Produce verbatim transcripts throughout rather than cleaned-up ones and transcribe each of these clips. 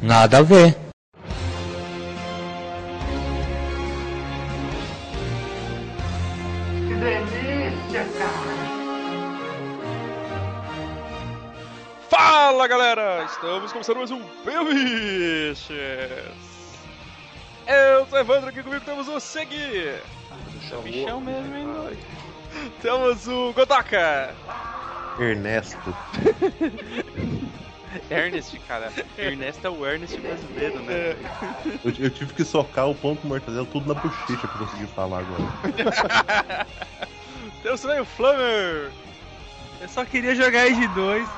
Nada a ver. Que delícia, cara! Fala, galera! Estamos começando mais um Pelviches! Eu sou o Evandro, aqui comigo temos o Segui. Bichão mesmo, hein, doido? Temos o Godaka. Ernesto. Ernest, cara. Ernesto é o Ernest brasileiro, né? Eu, eu tive que socar o pão com mortadela tudo na bochecha pra conseguir falar agora. Temos também o Flammer. Eu só queria jogar Age dois.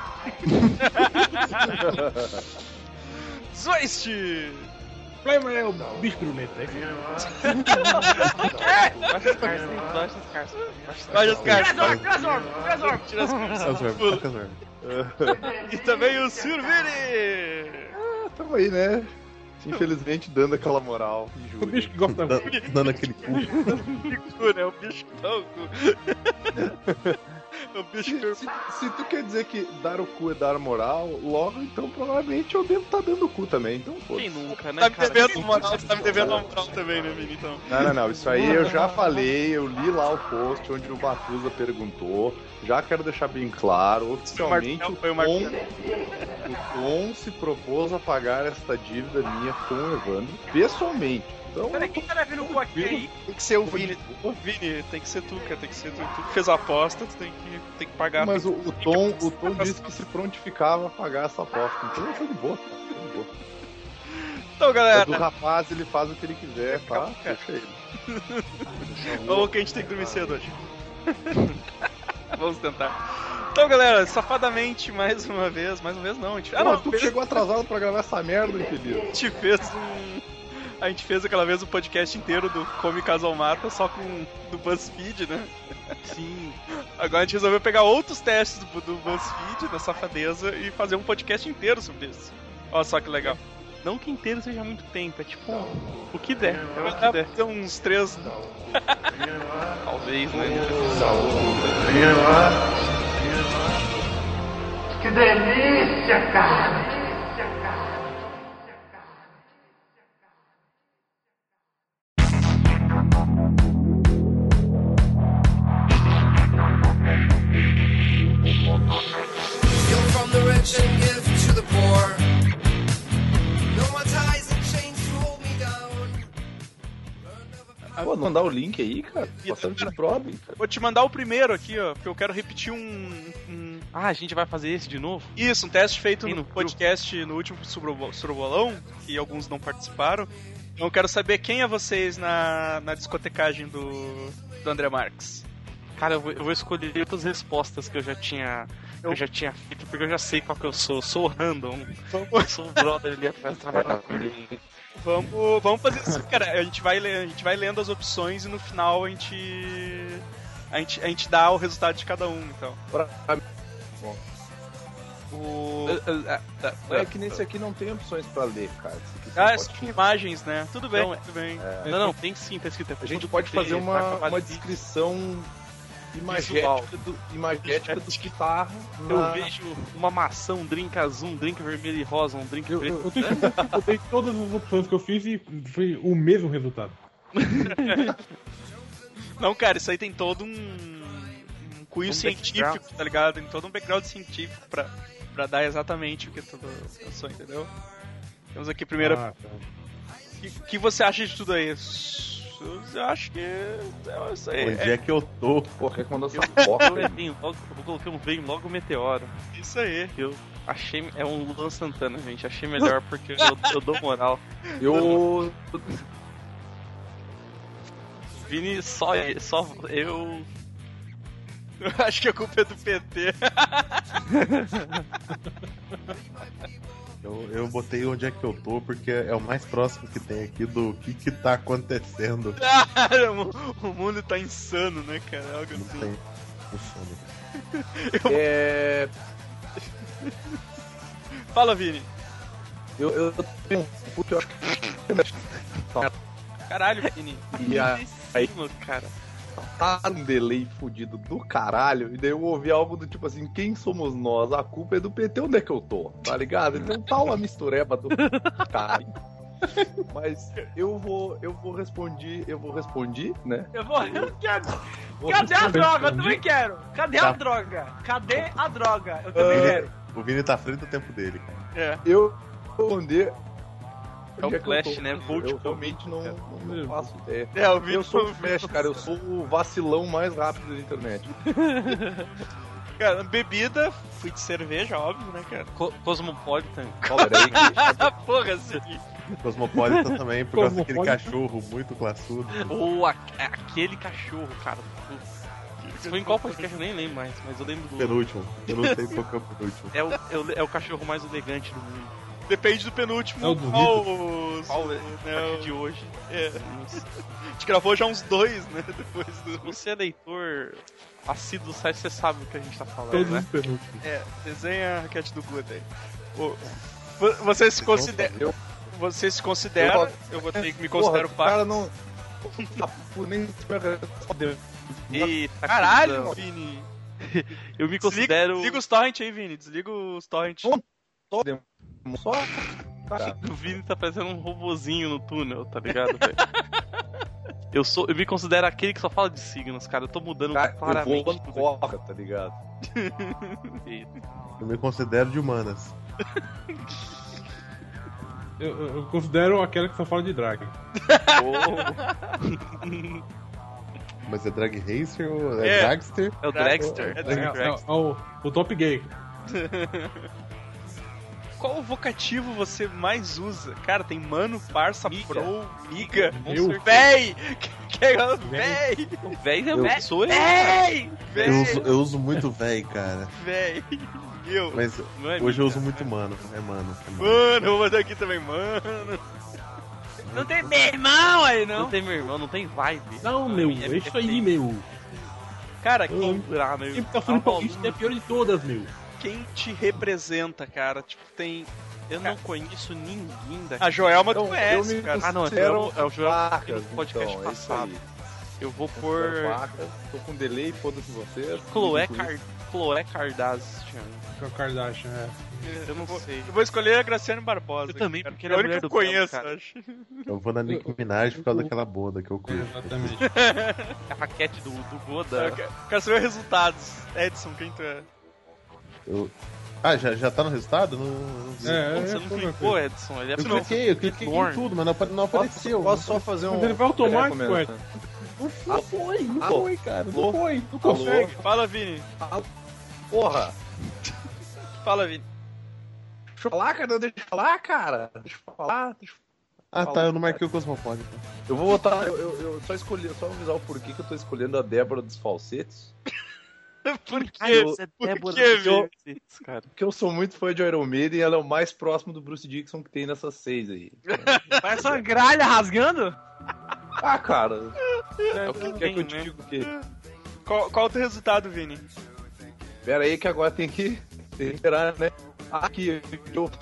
Zoist. Flamer é o bicho piruleta, é Baixa as cartas, baixa as cartas. Baixa as cartas. Trazor, Trazor, Tira as cartas. Casor, casor. E também o Silvini. Ah, tamo aí, né? Infelizmente dando aquela moral. O bicho que gosta Da- Dando aquele cu. Bicu, né? O bicho tão cu. O bicho Se, se, se tu quer dizer que dar o cu é dar moral, logo então provavelmente eu devo estar dando o cu também, então foda. Quem nunca, né, tá me cara? devendo moral, você tá me devendo uma moral também, né, Vini? Então. Não, não, não, isso aí eu já falei, eu li lá o post onde o Batusa perguntou, já quero deixar bem claro, oficialmente o Foi o Tom, Marcelo. o Tom se propôs a pagar esta dívida minha com o Evandro pessoalmente. Então, Peraí, quem tá levando o cu aqui aí? Tem que ser o Vini. O Vini, tem que ser tu, cara. Tem que ser tu. Tu que fez a aposta, tu tem que, tem que pagar. mas o, tem que- o Tom, o Tom disse que se prontificava a pagar essa aposta, então eu tô de boa, cara, tô de boa. Então, É galera, do rapaz, ele faz o que ele quiser, tá? Calma, cara. Deixa ele. vamos que a gente tem que dormir cedo hoje. Vamos tentar. Então, galera, safadamente, mais uma vez, mais uma vez não, a gente, ah, Ah, não, não, tu fez- chegou atrasado pra gravar essa merda, infeliz. a gente fez um... A gente fez aquela vez o podcast inteiro do Come Casal Mata, só com do BuzzFeed, né? Sim. Agora a gente resolveu pegar outros testes do, do BuzzFeed, da safadeza, e fazer um podcast inteiro sobre isso. Olha só que legal. Não que inteiro seja muito tempo, é tipo o que der. É o Vai que dar der. pra ter uns três... Talvez, né? Que delícia, cara! Steal from the rich and give to the poor. No more ties and chains to hold me down. Pô, não dá o link aí, cara? Passando de prova, cara. Vou te mandar o primeiro aqui, ó, porque eu quero repetir um... um... Ah, a gente vai fazer esse de novo? Isso, um teste feito Sim, no no podcast, no último Surbo- Surbolão, que alguns não participaram. Então eu quero saber quem é vocês na, na discotecagem do, do André Marques. Cara, eu vou, eu vou escolher outras respostas que eu já tinha. Eu já tinha feito, porque eu já sei qual que eu sou. Eu sou o random. Eu sou o brother ali atrás trabalhando com ele. Vamos, vamos fazer isso, cara. A gente, vai, le- a gente vai lendo as opções e no final a gente, a gente. A gente dá o resultado de cada um, então. Pra... O... É que nesse aqui não tem opções pra ler, cara. Esse aqui Ah, só são pode- imagens, né? Tudo bem, Não, é- tudo bem. Não, não, tem sim, tá escrito. A gente pode fazer uma, uma descrição imagética do, imagética do que tá Eu na... vejo uma maçã, um drink azul, um drink vermelho e rosa, um drink Eu, preto. eu, eu tenho certeza que eu botei todas as opções que eu fiz e foi o mesmo resultado. Não, cara, isso aí tem todo um, um cunho Um científico, background. tá ligado? Tem todo um background científico pra, pra dar exatamente o que tu pensou, entendeu? Temos aqui primeiro. Ah, tá. O que, que você acha de tudo aí? Eu acho que. É isso aí. Onde é que eu tô? Porra, quem é que mandou essa Eu, porra? venho logo, eu coloquei um veio logo o meteoro. É isso aí. Eu achei. É um Luan Santana, gente. Achei melhor porque eu, eu dou moral. Eu... Vini, só, só eu. Eu acho que a culpa é do P T. eu? Eu botei onde é que eu tô, porque é o mais próximo que tem aqui do que que tá acontecendo. Cara, o- o mundo tá insano, né, cara? Algo Não assim. tem funciona. É... Fala, Vini. Eu, eu tenho um puto, eu acho que... Caralho, Vini. E a- aí, Sim, cara. tá um delay fudido do caralho, e daí eu ouvi algo do tipo assim, quem somos nós? A culpa é do P T, onde é que eu tô? Tá ligado? Então tá uma mistureba do caralho. Mas eu vou, eu vou responder, eu vou responder, né? Eu vou. Eu quero. Vou Cadê a responder. droga? Eu também quero. Cadê a Tá. droga? Cadê a droga? Eu também Ah, quero. O Vini tá à frente do tempo dele, cara. É. Eu vou responder. É o onde que eu Flash, tô. né? Volt Eu Covid, realmente não, não, não faço ideia. É, o Vini Eu sou o foi- Flash, cara. Eu sou o vacilão mais rápido da internet. Cara, bebida, fui de cerveja, óbvio, né, cara? Co- Cosmopolitan. Ó, peraí, que- Porra, sim. Cosmopolitan também, por causa daquele Cosmopolitan. cachorro muito classudo. Ou a- aquele cachorro, cara. Isso foi em qual podcast? Eu nem lembro mais, mas eu lembro do. Penúltimo. Eu não sei qual que é o penúltimo. É o, é, o, é o cachorro mais elegante do mundo. Depende do penúltimo. É o do qual Vitor. os- Qual é? né, A partir de hoje. É. A gente gravou já uns dois, né? Depois Se do. você é leitor assíduo do site, você sabe o que a gente tá falando, Todos né? os penúltimos. É, desenha a raquete do Guta aí. O- vo- Você se considera. eu- Você se considera. Eu vou ter que me considero Porra, o cara parte. não. Ah, por nem respondeu. Eita, Caralho, cuzão. Vini. Eu me Desliga, considero. desliga os torrent aí, Vini. Desliga os torrent. Não. Só. Cara, O Vini tá parecendo um robozinho no túnel, tá ligado, velho? Eu sou, eu me considero aquele que só fala de signos, cara. Eu tô mudando cara, eu claramente vou tudo. coca, tá ligado? aqui. Eu me considero de humanas. Eu, eu- eu considero aquela que só fala de drag. Mas é Drag Racer ou é, É. Dragster? É o Dragster. É É, Dragster. é- é o, o top gay. Qual vocativo você mais usa? Cara, tem mano, parça, Miga. pro, miga, Eu. véi! Que é véi! O velho é Eu- eu... sou eu. Véi! Eu Véi! uso, eu uso muito véi, cara. Véi! Meu! Mas Não é hoje eu miga. uso muito mano. É mano. É mano. Mano, eu vou mandar aqui também, mano! Não tem meu irmão aí, Não não. tem meu irmão, não tem vibe. Não, meu, é isso aí, meu. Cara, Eu- quem, Ah, meu. Sempre tá falando paulista é a pior de todas, meu. quem te representa, cara? Tipo, tem. Eu não conheço ninguém daqui. A Joelma tu Então, conhece, eu me cara. Ah, não, é considero o- é o Joel vacas, no podcast então, é isso passado. aí. Eu vou Por... por Vacas, tô com delay, foda-se vocês. Chloé, Fico Car... Chloé Kardashian. Que é o Kardashian, é. Eu não sei. Eu vou escolher a Graciane Barbosa. Eu também, cara. porque é ela a é única mulher que eu do tempo, conheço, cara. acho. Eu vou na Nicki Minaj por causa daquela boda que eu É, curto. exatamente. A raquete do, do Goda. Eu quero- quero saber os resultados. Edson, quem tu é? Eu... Ah, já, já tá no resultado? Não, não vi. É, Você é, não foi, clicou, foi. Edson? Ele é Eu cliquei, eu cliquei em tudo, mas não, apa- não apareceu. Posso só fazer um. Mas ele vai automático, Queria ué. comentar. Não foi, não foi, não Alô? foi, cara. Não Alô? foi, não Alô? consegue. Fala, Vini. Porra! Fala, Vini. Deixa eu falar, cara, deixa eu falar, cara. Deixa eu falar, deixa eu Ah, tá, eu não marquei o Cosmopolitan. Eu vou botar. Eu, eu, eu só escolhi, só avisar o porquê que eu tô escolhendo a Débora dos falsetes. Por quê? Ai, você é Por Débora quê, dos Vini? Falsetes, cara. Porque eu sou muito fã de Iron Maiden e ela é o mais próximo do Bruce Dickinson que tem nessas seis aí. Parece uma gralha rasgando. Ah, cara. É o que Quer tem, que eu te né? diga o quê? Qual, qual o teu resultado, Vini? Pera aí que agora tem que tem que esperar, né? Aqui, eu,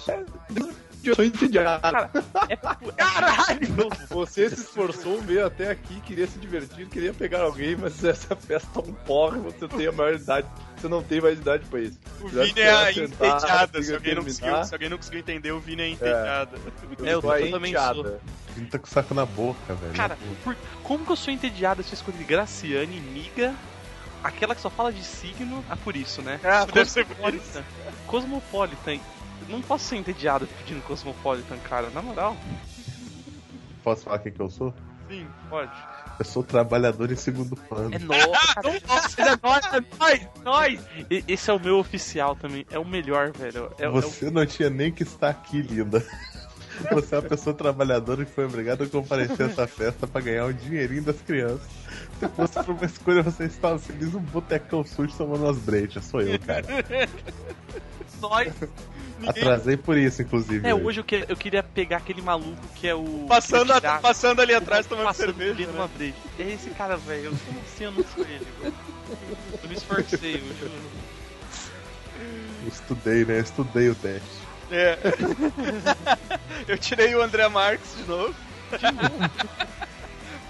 eu sou entediado. Cara, é Caralho! Você se esforçou veio até aqui, queria se divertir, queria pegar alguém, mas essa festa tá um porre, você tem a maior idade, você não tem mais idade pra isso. O Já Vini é a esperar sentar, entediada. Se fica alguém, não terminar. conseguiu, se alguém não conseguiu entender, o Vini é entediada. É, eu tô eu também enteada. Ele tá com o saco na boca, velho. Cara, por- como que eu sou entediado se eu escolhi Graciane, Miga, aquela que só fala de signo? Ah, por isso, né? Ah, deve ser por Cosmopolitan. Cosmopolitan. Não posso ser entediado pedindo Cosmopolitan, cara. Na moral. Posso falar quem que eu sou? Sim. Pode. Eu sou trabalhador em segundo plano. É nossa. É nóis, é nóis, nóis. E- Esse é o meu oficial também. É o melhor, velho. É, é o- Você não tinha nem que estar aqui, linda. Você é uma pessoa trabalhadora que foi obrigada a comparecer a essa festa pra ganhar um dinheirinho das crianças. Se fosse por uma escolha, você estava feliz um botecão sujo tomando umas brechas. Sou eu, cara. Nós. Atrasei por isso, inclusive. É, hoje eu, que- eu queria pegar aquele maluco que é o. Passando, a- que passando ali o atrás maluco tomando passando cerveja. ali numa Né? breja. É esse cara, velho. Eu não sei, eu não sou ele, velho. Eu me esforcei, eu juro. Eu estudei, né? Eu estudei o teste.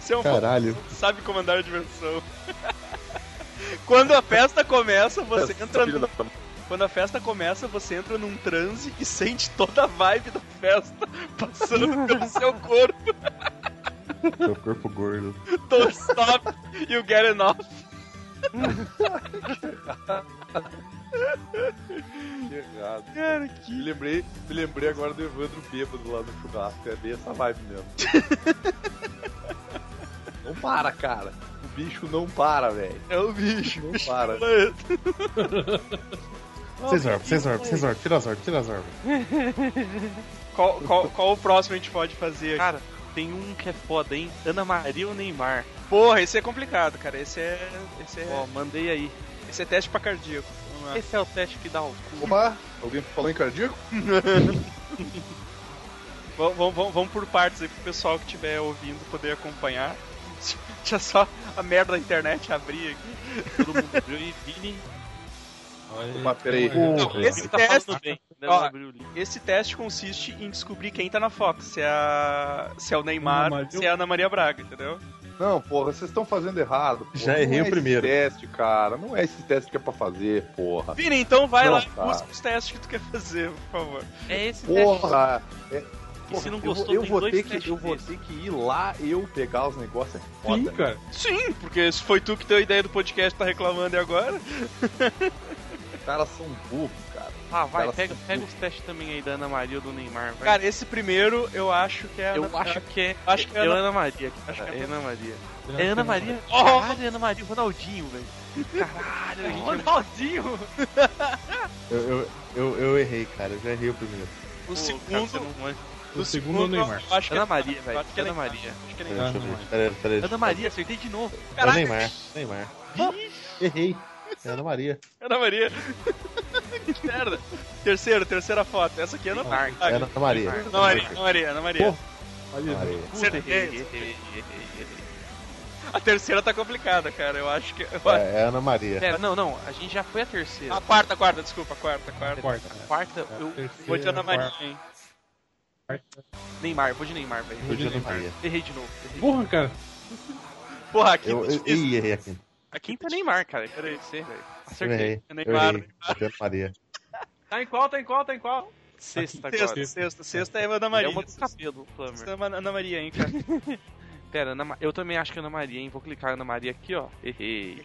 Você é um Caralho. fotógrafo, sabe comandar a diversão. Quando a festa começa, você entra Filho no... da- Quando a festa começa, você entra num transe e sente toda a vibe da festa passando pelo seu corpo. Seu corpo gordo. Don't stop, you get enough. Que errado. Cara, que... Me lembrei, me lembrei agora do Evandro bêbado lá no churrasco. É bem essa vibe mesmo. Não para, cara. O bicho não para, velho. É o bicho. Não para. Seis orbes, seis orbes, seis orbes. Tira as orbes, tira as orbes. Qual, qual, qual o próximo a gente pode fazer aqui? Cara, tem um que é foda, hein? Ana Maria ou Neymar? Porra, esse é complicado, cara. Esse é. Esse é, Ó, mandei aí. esse é teste pra cardíaco. Vamos lá. Esse é o teste que dá o cu. Opa, alguém falou em cardíaco? Vamos, vamos, vamos por partes aí pro pessoal que estiver ouvindo poder acompanhar. Deixa só a merda da internet abrir aqui. Todo mundo viu e Vini. Opa, peraí. Não, esse Ele tá teste, falando bem. Né? Ó, Não abriu o link. esse teste consiste em descobrir quem tá na foto. Se é, a, se é o Neymar, Ana Maria- se é a Ana Maria Braga, entendeu? Não, porra, vocês estão fazendo errado. Porra. Já errei Não o é primeiro. Esse teste, cara. Não é esse teste que é pra fazer, porra. Vini, então vai Não, lá e cara. busca os testes que tu quer fazer, por favor. É esse teste. Porra! É, E se não eu gostou, vou, eu tem vou dois ter que testes Eu vou desses. ter que ir lá, eu pegar os negócios. É foda. Sim, cara. Sim, porque se foi tu que deu a ideia do podcast tá reclamando e agora. Os caras são burros, cara. Ah, vai, Cara, pega, assim, pega os testes também aí da Ana Maria ou do Neymar, vai. Cara, esse primeiro eu acho que é a eu Ana- acho que é. acho que é é Ana- Ana Maria. acho Cara, que é é Ana Maria. É É Ana Maria. Oh! Caralho, é Ana Maria Ronaldinho, velho. Caralho, a gente é Ronaldinho! Eu, eu, eu, eu errei, cara. Eu já errei o primeiro. O Pô, segundo. cara, você não manja. O segundo é o Neymar. eu acho que Ana é Maria, velho. acho que é Ana Neymar. Maria. Acho que é Peraí, Neymar. deixa eu ver. Peraí, peraí. Ana Maria, acertei de novo. É o Neymar. Neymar. Errei. É Ana Maria. Ana Maria. Que merda. Terceiro, terceira foto. Essa aqui é Ana Maria. É Ana Maria. Ana Maria, Ana Maria, Ana Maria. Olha, Ana Maria. Puta, errei, Acertei. errei, errei, errei, errei. A terceira tá complicada, cara. Eu acho que. eu acho- É, é Ana Maria. Pera, não, não, a gente já foi a terceira. A quarta, quarta, desculpa, a quarta, a quarta. quarta. A quarta, eu Terceira, Vou de Ana Maria, quarta. hein? Neymar, vou de Neymar, velho. Vou de Ana Maria. Errei de novo. Errei. Porra, cara. Porra, aqui Eu, eu, difícil. ih, errei aqui. A quinta é Neymar, cara. Peraí, você, velho. Eu Acertei. errei. É Eu Neymar. errei. Botei Ana Maria. Tá em qual, tá em qual, tá em qual? Sexta Sexta, agora. sexta, sexta é Ana É Maria. uma do cabelo, Plummer. Sexta é Ana Maria, hein, cara. Pera, Ana Ma- eu também acho que é Ana Maria, hein? Vou clicar Ana Maria aqui, ó. Errei.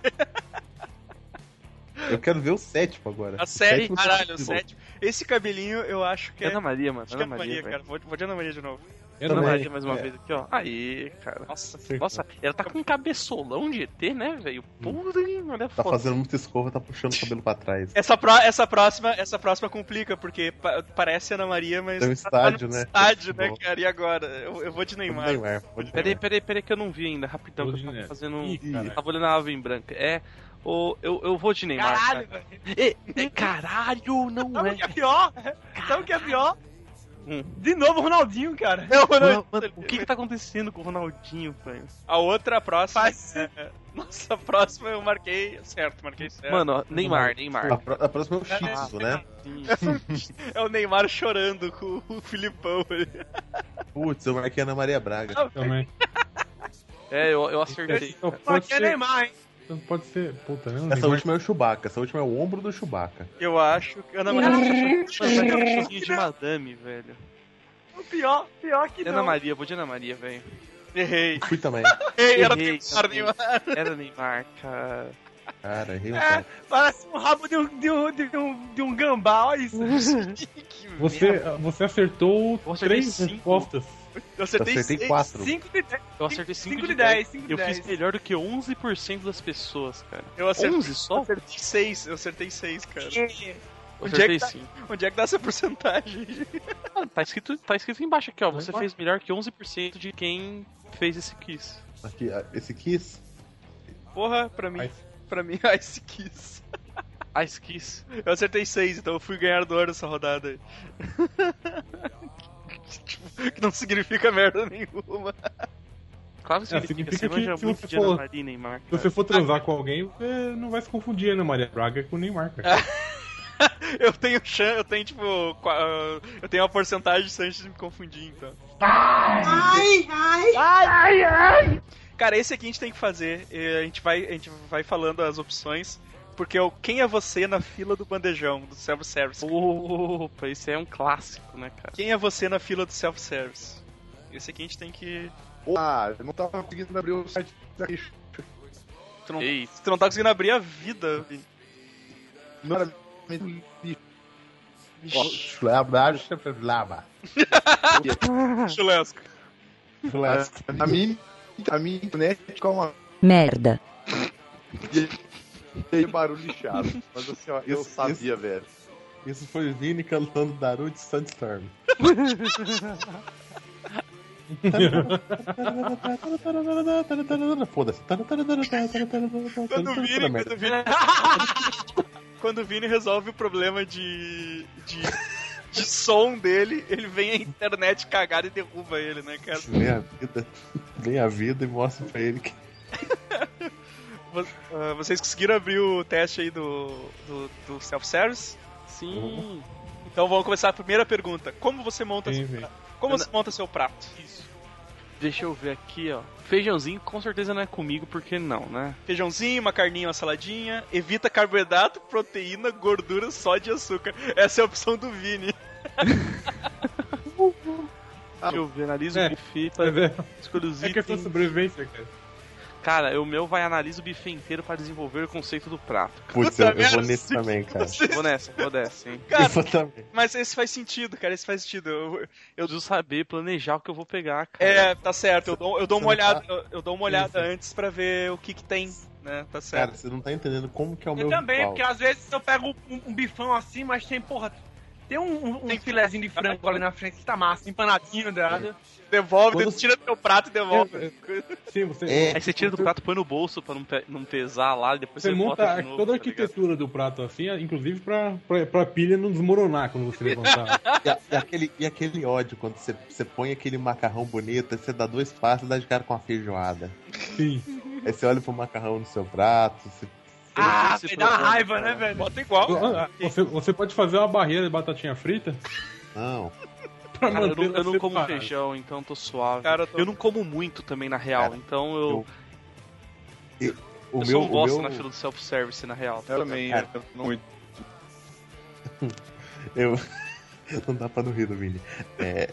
Eu quero ver o sétimo agora. A série, Sétimo caralho, o de novo. sétimo. Esse cabelinho eu acho que é. Ana Maria, mano. Acho que é Ana Ana Maria, Maria, velho. cara. Vou, vou de Ana Maria de novo. Eu Ana também. Maria mais uma É. vez aqui, ó. Aí, cara. Nossa, Nossa, ela tá com um cabeçolão de E T, né, velho? Puta, hein? Olha a Tá foto. fazendo muita escova, tá puxando o cabelo pra trás. Essa, pró- essa, próxima, essa próxima complica, porque pa- parece Ana Maria, mas. Tem um tá estádio, no né? Estádio, né, Bom. cara? E agora? Eu, eu vou de Neymar. Neymar. Vou de Peraí, Neymar. peraí, peraí, que eu não vi ainda, rapidão. Vou Que de eu tava Neymar. fazendo um. Ih, caralho. Tava olhando a ave em branca. É. O, eu, eu vou de Neymar. Caralho, cara. velho. E, e, caralho, não Sabe é. o que é pior? Sabe o que é pior? Hum. De novo o Ronaldinho, cara. Não, não, Mano, mano, o que que tá acontecendo com o Ronaldinho, velho? A outra, a próxima. Faz- é- é- Nossa, a próxima eu marquei certo, marquei certo. Mano, ó, Neymar, Neymar. A, pró- a próxima é o Shih Tzu, né? Sim. É o Neymar chorando com o Filipão ali. Putz, eu marquei Ana Maria Braga. Também. É, eu, eu acertei. Só Só pode que é ser. Neymar, hein? Não pode ser. Puta, não. Essa Neymar. última é o Chewbacca. Essa última é o ombro do Chewbacca. Eu acho que Ana Maria. Mano, vai ter um cachorrinho de madame, velho. O pior, pior que Ana não. Maria, vou de Ana Maria, velho. Errei. Fui também. Errei, era Errei, Neymar, cara. Neymar. Era Neymar, cara. Cara, errei um É, pouco. parece um rabo de um, de um, de um, de um gambá, olha isso. Que Você, merda. você acertou Eu acertei três cinco. respostas. Eu acertei, Eu acertei seis. quatro. cinco de dez. Eu acertei cinco cinco de de dez, cinco de Eu dez. fiz melhor do que onze por cento das pessoas, cara. Eu acertei, onze só? Eu acertei seis. Eu acertei seis, cara. Eu Onde é, acertei que tá, cinco. onde é que dá essa porcentagem? Ah, tá, escrito, tá escrito embaixo aqui, ó. Você Vai. fez melhor que onze por cento de quem fez esse quiz. Aqui, ah, esse Kiss. Porra, pra mim. Ai. Pra mim, Ice Kiss. Ice Kiss. Eu acertei seis, então eu fui ganhador dessa rodada aí. Que não significa merda nenhuma. Claro que É, significa, significa você que manja se muito você de for- Ana Maria e Neymar. Se você for transar com alguém, você não vai se confundir Ana Maria Braga com o Neymar, cara. eu tenho chance, eu tenho tipo. qua- Eu tenho uma porcentagem de chance de me confundir, então. Ai, ai, ai, ai. Cara, esse aqui a gente tem que fazer. e A gente vai, a gente vai falando as opções. Porque o quem é você na fila do bandejão, do self-service? Opa, isso aí é um clássico, né, cara? Quem é você na fila do self-service? Esse aqui a gente tem que. Ah, eu não tava conseguindo abrir o site daqui. Tu não, Ei. tu não tá conseguindo abrir a vida, Vini. Não era Chulesco. a minha, a minha internet com uma Merda. e barulho chato. Mas assim, ó, eu Isso- sabia, velho. Isso foi o Vini cantando Darude Sandstorm. Foda-se. Quando o Vini, quando o Vini, quando o Vini resolve o problema de, de, de som dele, ele vem a internet cagada e derruba ele, né, cara? Vem a vida, vem a vida e mostra pra ele que Vo- ah, Vocês conseguiram abrir o teste aí do, do, do self-service? Sim. Então vamos começar a primeira pergunta. Como você monta, Sim, seu, vem. como você monta seu prato? Isso. Deixa eu ver aqui, ó. Feijãozinho com certeza não é comigo, porque não, né? Feijãozinho, uma carninha, uma saladinha. Evita carboidrato, proteína, gordura, sódio e açúcar. Essa é a opção do Vini. Deixa eu ver, analiso É, o buffet, É, pra... é, escolho os é questão de itens. sobrevivência, cara. Cara, o meu vai analisar o buffet inteiro pra desenvolver o conceito do prato. Putz, eu, Puta eu vou merda, nesse também, cara. Vou nessa, vou dessa, hein? Cara, Eu vou também. mas esse faz sentido, cara. Esse faz sentido. Eu, Eu preciso saber planejar o que eu vou pegar, cara. é, tá certo. Eu dou, eu dou Você uma não tá- olhada, eu, eu dou uma olhada antes pra ver o que que tem, né? Tá certo. Cara, você não tá entendendo como que é o meu Eu também, ritual. porque às vezes eu pego um, um bifão assim, mas tem, porra, tem um, um, um Tem- filezinho de frango ali na frente que tá massa, empanadinho, né? Devolve, Quando- tira do teu prato e devolve. É, Sim, você, É. Aí você tira do prato, põe no bolso pra não, pe- não pesar lá, e depois você você, monta bota de novo, toda a tá ligado? arquitetura do prato assim, inclusive pra, pra, pra pilha não desmoronar quando você levantar. E, a- e aquele, e aquele ódio, quando você, você põe aquele macarrão bonito, aí você dá dois passos e dá de cara com uma feijoada. Sim. Aí você olha pro macarrão no seu prato, você... Ah, Esse me dá uma programa, raiva, cara. né, velho? Bota igual. Ah, Você, você pode fazer uma barreira de batatinha frita Não. pra Cara, eu manter não, eu não como separado. feijão, então tô suave. Cara, eu tô- Eu não como muito também, na real, Cara, então eu, eu- O eu meu, sou um o bosta meu, na fila do self-service, na real. Eu também, Cara. eu não muito. eu... Não dá pra não rir do Vini. É,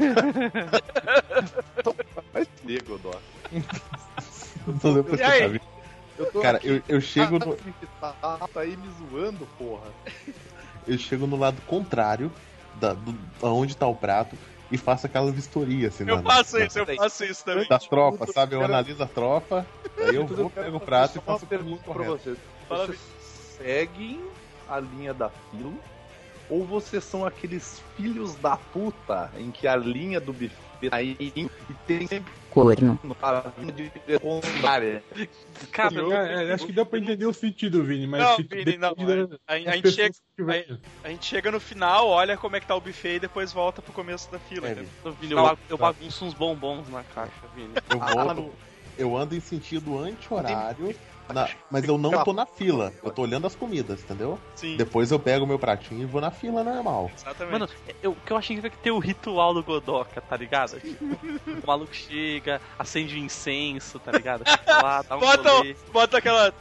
Mas nego, Dó. não deu pra E aí? escutar, Vini. Eu tô Cara, aqui, eu, eu chego no, tá, tá aí me zoando, porra. eu chego no lado contrário da, do, aonde tá o prato e faço aquela vistoria, assim, Eu na- faço na- isso, eu faço isso também. da tropa, sabe? Eu analiso a tropa, aí eu vou, pego o prato e Só uma faço o caminho pergunta pra correto. vocês. Fala, Vocês seguem a linha da fila? Ou vocês são aqueles filhos da puta em que a linha do buffet tá aí e tem sempre Corno. a linha de secundária? Cara, eu, É, é, acho que deu pra entender o sentido, Vini, mas Não, se Vini, não. depende da- A, a das gente pessoas chega, que tiverem. a gente chega no final, olha como é que tá o buffet e depois volta pro começo da fila. É, entendeu? Vini. Vini, eu, ba- eu bagunço uns bombons na caixa, Vini. Eu Ah, volto, eu ando em sentido anti-horário, na- mas eu não tô na fila, eu tô olhando as comidas, entendeu? Sim, Depois eu pego o meu pratinho e vou na fila normal. exatamente. Mano, eu- o que eu achei que tem que ter o ritual do Godoka, tá ligado? Tipo, o maluco chega, acende o incenso, tá ligado? Fica lá, dá um bota, rolê. bota aquela.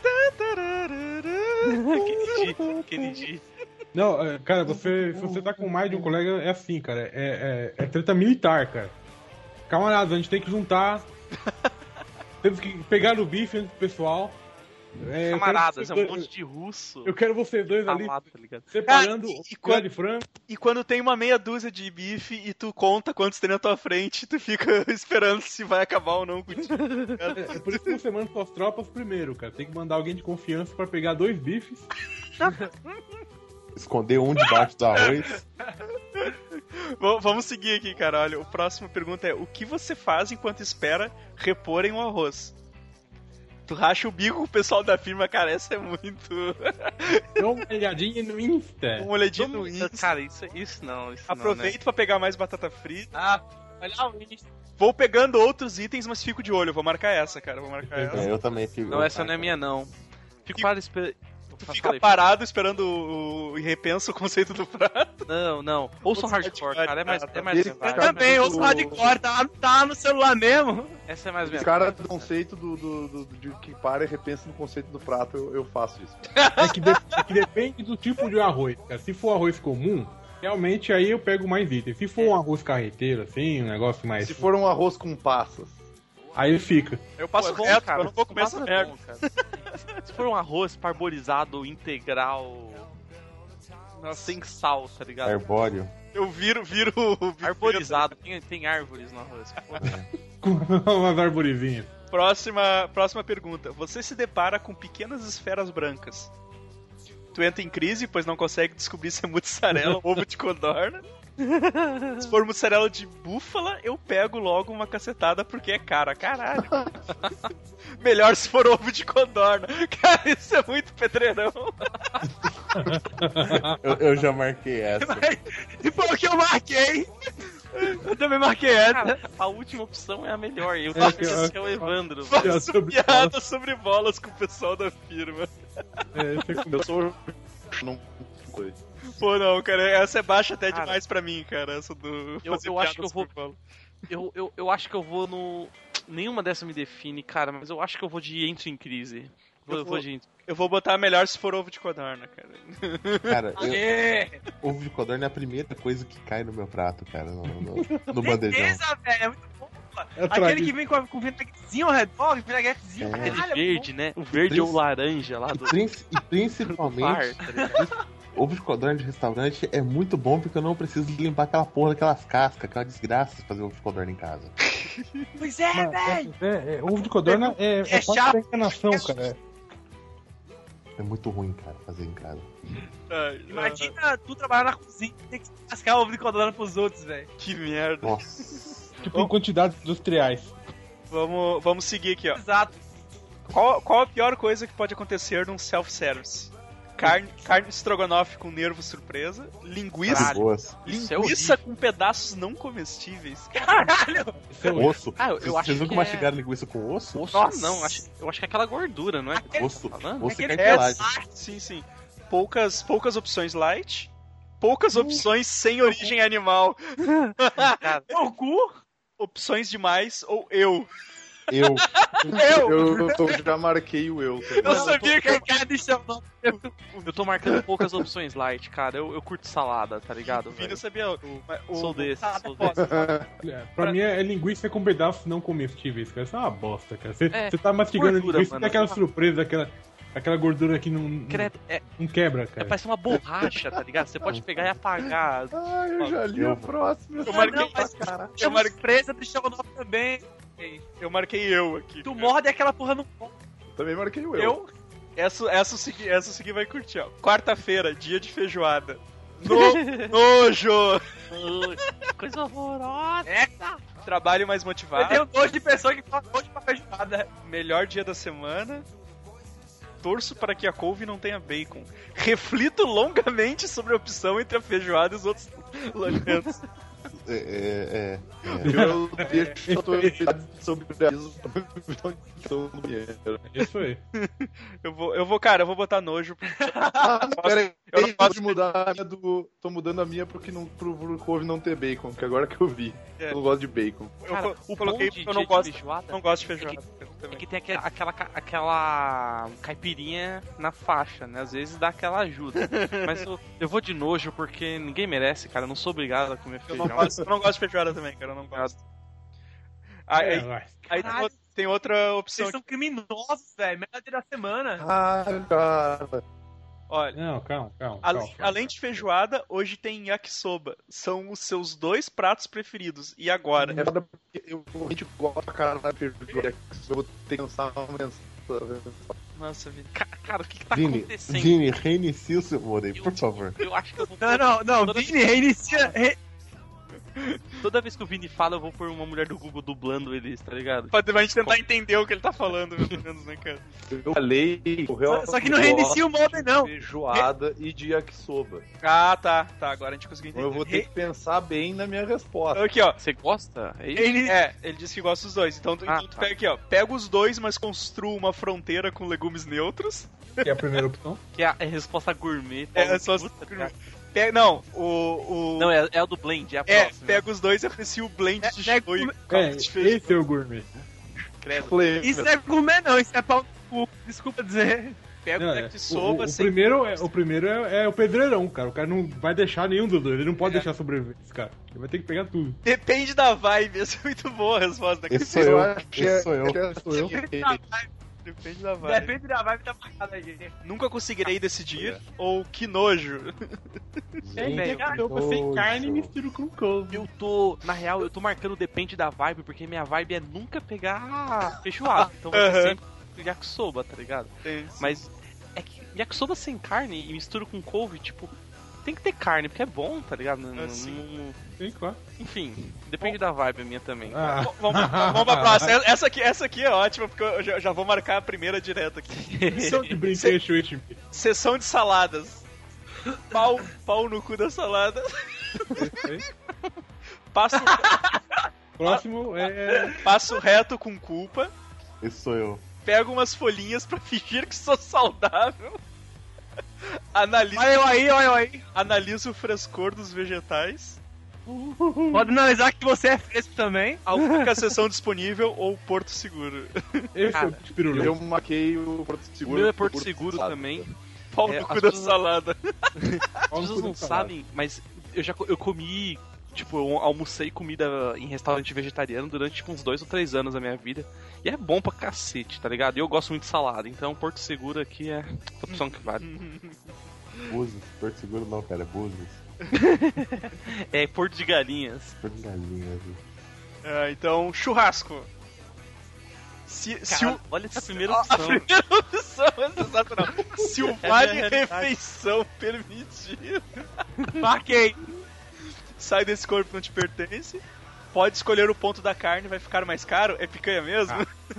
Kennedy, Kennedy. Não, é, cara, você, se você tá com mais de um colega, é assim, cara. É, é, é treta militar, cara. Camaradas, a gente tem que juntar. Temos que pegar o bife antes do pessoal. É, eu quero Camaradas, vocês é um dois- monte de russo. Eu quero vocês dois ali Amado, tá ligado? separando Cara, e- e o filé quando- de frango. E quando tem uma meia dúzia de bife e tu conta quantos tem na tua frente, tu fica esperando se vai acabar ou não contigo. É, é por isso que você manda suas tropas primeiro, cara. Tem que mandar alguém de confiança pra pegar dois bifes. Esconder um debaixo do arroz. V- Vamos seguir aqui, cara. Olha, a próxima pergunta é: o que você faz enquanto espera reporem o arroz? Tu racha o bico com o pessoal da firma, cara, essa é muito. Dá uma olhadinha no Insta. Uma olhadinha no Insta. Cara, isso, isso não, isso Aproveito pra pegar mais batata frita. Ah, olha o Insta. Vou pegando outros itens, mas fico de olho. Eu vou marcar essa, cara. Vou marcar essa. É, eu também fico. não, né? Não, essa não é minha, não. Fico E- para esperar. Tu fica parado esperando o, o e repensa o conceito do prato. Não, não. Ouça o hardcore, cara. É mais, é mais Eu também, ouça o hardcore, tá, tá no celular mesmo. Essa é mais minha Esse cara do conceito do, do, do, de que para e repensa no conceito do prato, eu, eu faço isso. É que, de, é que depende do tipo de arroz, cara. Se for arroz comum, realmente aí eu pego mais itens. Se for um arroz carreteiro, assim, um negócio mais... Se for um arroz com passas. Aí fica. Eu passo Pô, é bom, reto, cara. eu não vou comer essa Massa é merda. bom, cara. Se for um arroz parboilizado, integral, sem sal, tá ligado? Arbóreo. Eu viro, viro... viro Arborizado, tem, tem árvores no arroz. Com umas arvorezinhas. Próxima, próxima pergunta. Você se depara com pequenas esferas brancas. Tu entra em crise, pois não consegue descobrir se é mussarela ou ovo de codorna. Se for mussarela de búfala, eu pego logo uma cacetada porque é cara, caralho. Melhor se for ovo de codorna. Cara, isso é muito pedreirão. eu, eu já marquei essa. E foi o que eu marquei. Eu também marquei essa. Cara, a última opção é a melhor. Eu faço que isso eu- que é o Evandro. Faço sobre piada sobre bolas com o pessoal da firma. É, esse é com- Eu sou. Não. Coisa. Pô, não, cara, essa é baixa até Cara, demais pra mim, cara. Essa do. eu- fazer eu acho que eu piadas vou- por bola. Eu, eu, eu acho que eu vou no... Nenhuma dessa me define, cara, mas eu acho que eu vou de Entro em Crise. Vou, Eu eu vou- vou de Entro. Eu vou botar melhor se for ovo de codorna, cara. Cara, eu, É, ovo de codorna é a primeira coisa que cai no meu prato, cara, no, no, no bandejão. certeza, velho. É muito bom. pô. É Aquele tradição. que vem com, com vinagretezinho ao redor, vinagretezinho. É. Aquele caralho, verde, né? O verde Princ- ou laranja lá E, do princi- e bar, principalmente, tá ligado? ovo de codorna de restaurante é muito bom porque eu não preciso limpar aquela porra daquelas cascas, aquela desgraça de fazer ovo de codorna em casa. Pois é, Mas, velho. é, é, é, ovo de codorna é, é, É parte chato. da enganação, cara. É muito ruim, cara, fazer em casa. Ai, Imagina tu trabalhar na cozinha e ter que cascar ovo de codorna pros outros, velho. ah, que merda. Nossa. Tipo em quantidades industriais. Vamos, vamos seguir aqui, ó. Exato. Qual, qual a pior coisa que pode acontecer num self-service? Carne, carne estrogonofe com nervo surpresa, linguiça, Caralho. Boas. Isso é linguiça horrível. com pedaços não comestíveis. Caralho. Isso é horrível. Osso. Ah, eu- eu Vocês acho nunca que mastigaram linguiça com osso? Osso Nossa. não, acho, eu acho que é aquela gordura, não é? Aquele- Osso, Tá falando? osso e Aquele cartilagem. Sim, sim. Poucas, poucas opções light, poucas opções sem origem animal, Cara, Meu cu. opções demais ou eu. Eu. Eu! Eu, eu já marquei o eu. tá Eu ligado? sabia que eu... Cara, deixa eu... eu tô marcando poucas opções light, cara. Eu, eu curto salada, tá ligado? O Vini velho? sabia. O, o, Sou desse, tá, sou tá, desse. É, Pra mim é linguiça com pedaços não comestíveis, cara. Isso é uma bosta, cara. Você É, tá mastigando gordura, linguiça e mano. tem aquela surpresa, aquela, aquela gordura que não, Credo, é, não quebra, é, cara. parece uma borracha, tá ligado? Você pode pegar e apagar. Ah, eu já li Eu- o próximo. Eu marquei, Não, mas eu, eu mar... presa do estrogonofe também. eu marquei eu aqui. Tu cara. morde aquela porra no pão. Também marquei o eu. Eu? Essa, essa, o Segui- essa o Segui vai curtir, ó. Quarta-feira, dia de feijoada. No, nojo! Coisa horrorosa. É, Trabalho mais eu motivado. tenho nojo de pessoa que fala nojo pra feijoada. Melhor dia da semana. Torço para que a couve não tenha bacon. Reflito longamente sobre a opção entre a feijoada e os outros alimentos. É, é, é, Eu deixo a tua habilidade sobre isso do banheiro. É isso aí. Eu vou, eu vou, cara, eu vou botar nojo. Ah, pera aí, eu não eu posso- de mudar a minha do. Tô mudando a minha porque não, pro, pro couve não ter bacon, que agora que eu vi. É. Eu não gosto de bacon. Eu Cara, co- o coloquei bom de porque eu não dia de gosto, feijoada não gosto de é feijoada. É também. que tem aquela, aquela, aquela caipirinha na faixa, né? Às vezes dá aquela ajuda. Mas eu, eu vou de nojo porque ninguém merece, cara. Eu não sou obrigado a comer Eu não, feijão. gosto, eu não gosto de feijoada também, cara. Eu não gosto. Aí, É, aí, vai. aí tem, Caralho. outra, tem outra opção Vocês são aqui. criminosos, velho. Melhor dia da semana. Ah, cara. Olha, Não, calma, calma. além, calma. além de feijoada, hoje tem yakisoba. São os seus dois pratos preferidos. E agora? É foda porque eu realmente gosto pra caralho de feijoada. Eu vou ter que lançar uma mensagem. Nossa, Vini. Ca- Cara, o que que tá Vini, acontecendo? Vini, reinicia o seu modem, por favor. Eu acho que eu vou. Não, não, não. Toda- Vini, reinicia. Re... Toda vez que o Vini fala, eu vou pôr uma mulher do Google dublando eles, tá ligado? Pra pra gente tentar entender o que ele tá falando, pelo menos, né, cara? Eu falei, eu Só, realmente só que não reinicia o modem, não. gosto de feijoada e de yakisoba. Ah, tá. Tá, agora a gente conseguiu Então entender. eu vou ter que pensar bem na minha resposta. Aqui, ó. Você gosta? É isso? Ele, é, ele disse que gosta dos dois. Então, tu- Ah, então tu tá. pega aqui, ó. Pega os dois, mas construa uma fronteira com legumes neutros. Que é a primeira opção. Que é a, é a resposta gourmet. É a resposta puta, gourmet. Pega, não, o, o... Não, é, é a do blend, é a É, próxima. pega os dois e aprecia o blend de é, show e É, esse é o gourmet. credo. Isso não é gourmet, não, isso é pau no cu. Desculpa dizer. Pega Não, o é. deck de soba, o, o, sem... primeiro, é, o primeiro é, é o pedreirão, cara. O cara não vai deixar nenhum dos dois. Ele não pode É. deixar sobreviver esse cara. Ele vai ter que pegar tudo. Depende da vibe, essa é muito boa a resposta daqui. Esse sou eu, acho que esse é- sou eu. é- Sou eu. Depende da vibe. Depende da vibe da parada aí. Nunca conseguirei decidir, ou que nojo. É, velho, pega a sopa sem carne e mistura com couve. Eu tô, na real, eu tô marcando depende da vibe, porque minha vibe é nunca pegar feijoada. Então vai ser Aham. sempre yakisoba, tá ligado? É. Mas é que yakisoba sem carne e mistura com couve, tipo, tem que ter carne, porque é bom, tá ligado? Não- não- Assim. não- Sim, claro. enfim, depende da vibe a minha também. Ah. Vamos, vamos pra próxima. Essa aqui, essa aqui é ótima, porque eu já, já vou marcar a primeira direto aqui. São de brinquedo, H P. Sessão de saladas. Pau, pau no cu da salada. Passo, Próximo é. passo reto com culpa. Esse sou eu. Pego umas folhinhas pra fingir que sou saudável. Analiso, Olha eu aí, olha eu aí. analiso o frescor dos vegetais. Pode analisar que você é fresco também. A única sessão disponível ou Porto Seguro. Esse Cara, é o pirulito. Eu marquei o Porto O Seguro. meu é Porto por Seguro sabe? também. Pau É, no cu as da pessoas- salada. As pessoas não sabem, mas eu já co- eu comi, tipo, eu almocei comida em restaurante vegetariano durante tipo, uns dois ou três anos da minha vida. E é bom pra cacete, tá ligado? E eu gosto muito de salada, então Porto Seguro aqui é a opção que vale. Búzios. Porto Seguro não, cara. É Búzios. É Porto de Galinhas. Porto de Galinhas. Ah, então, churrasco. Se, se Cara, o... olha essa primeira A opção. primeira opção é sensacional. Se o É a vale minha realidade. refeição permitir, Marquei. sai desse corpo que não te pertence. Pode escolher o ponto da carne, vai ficar mais caro. É picanha mesmo?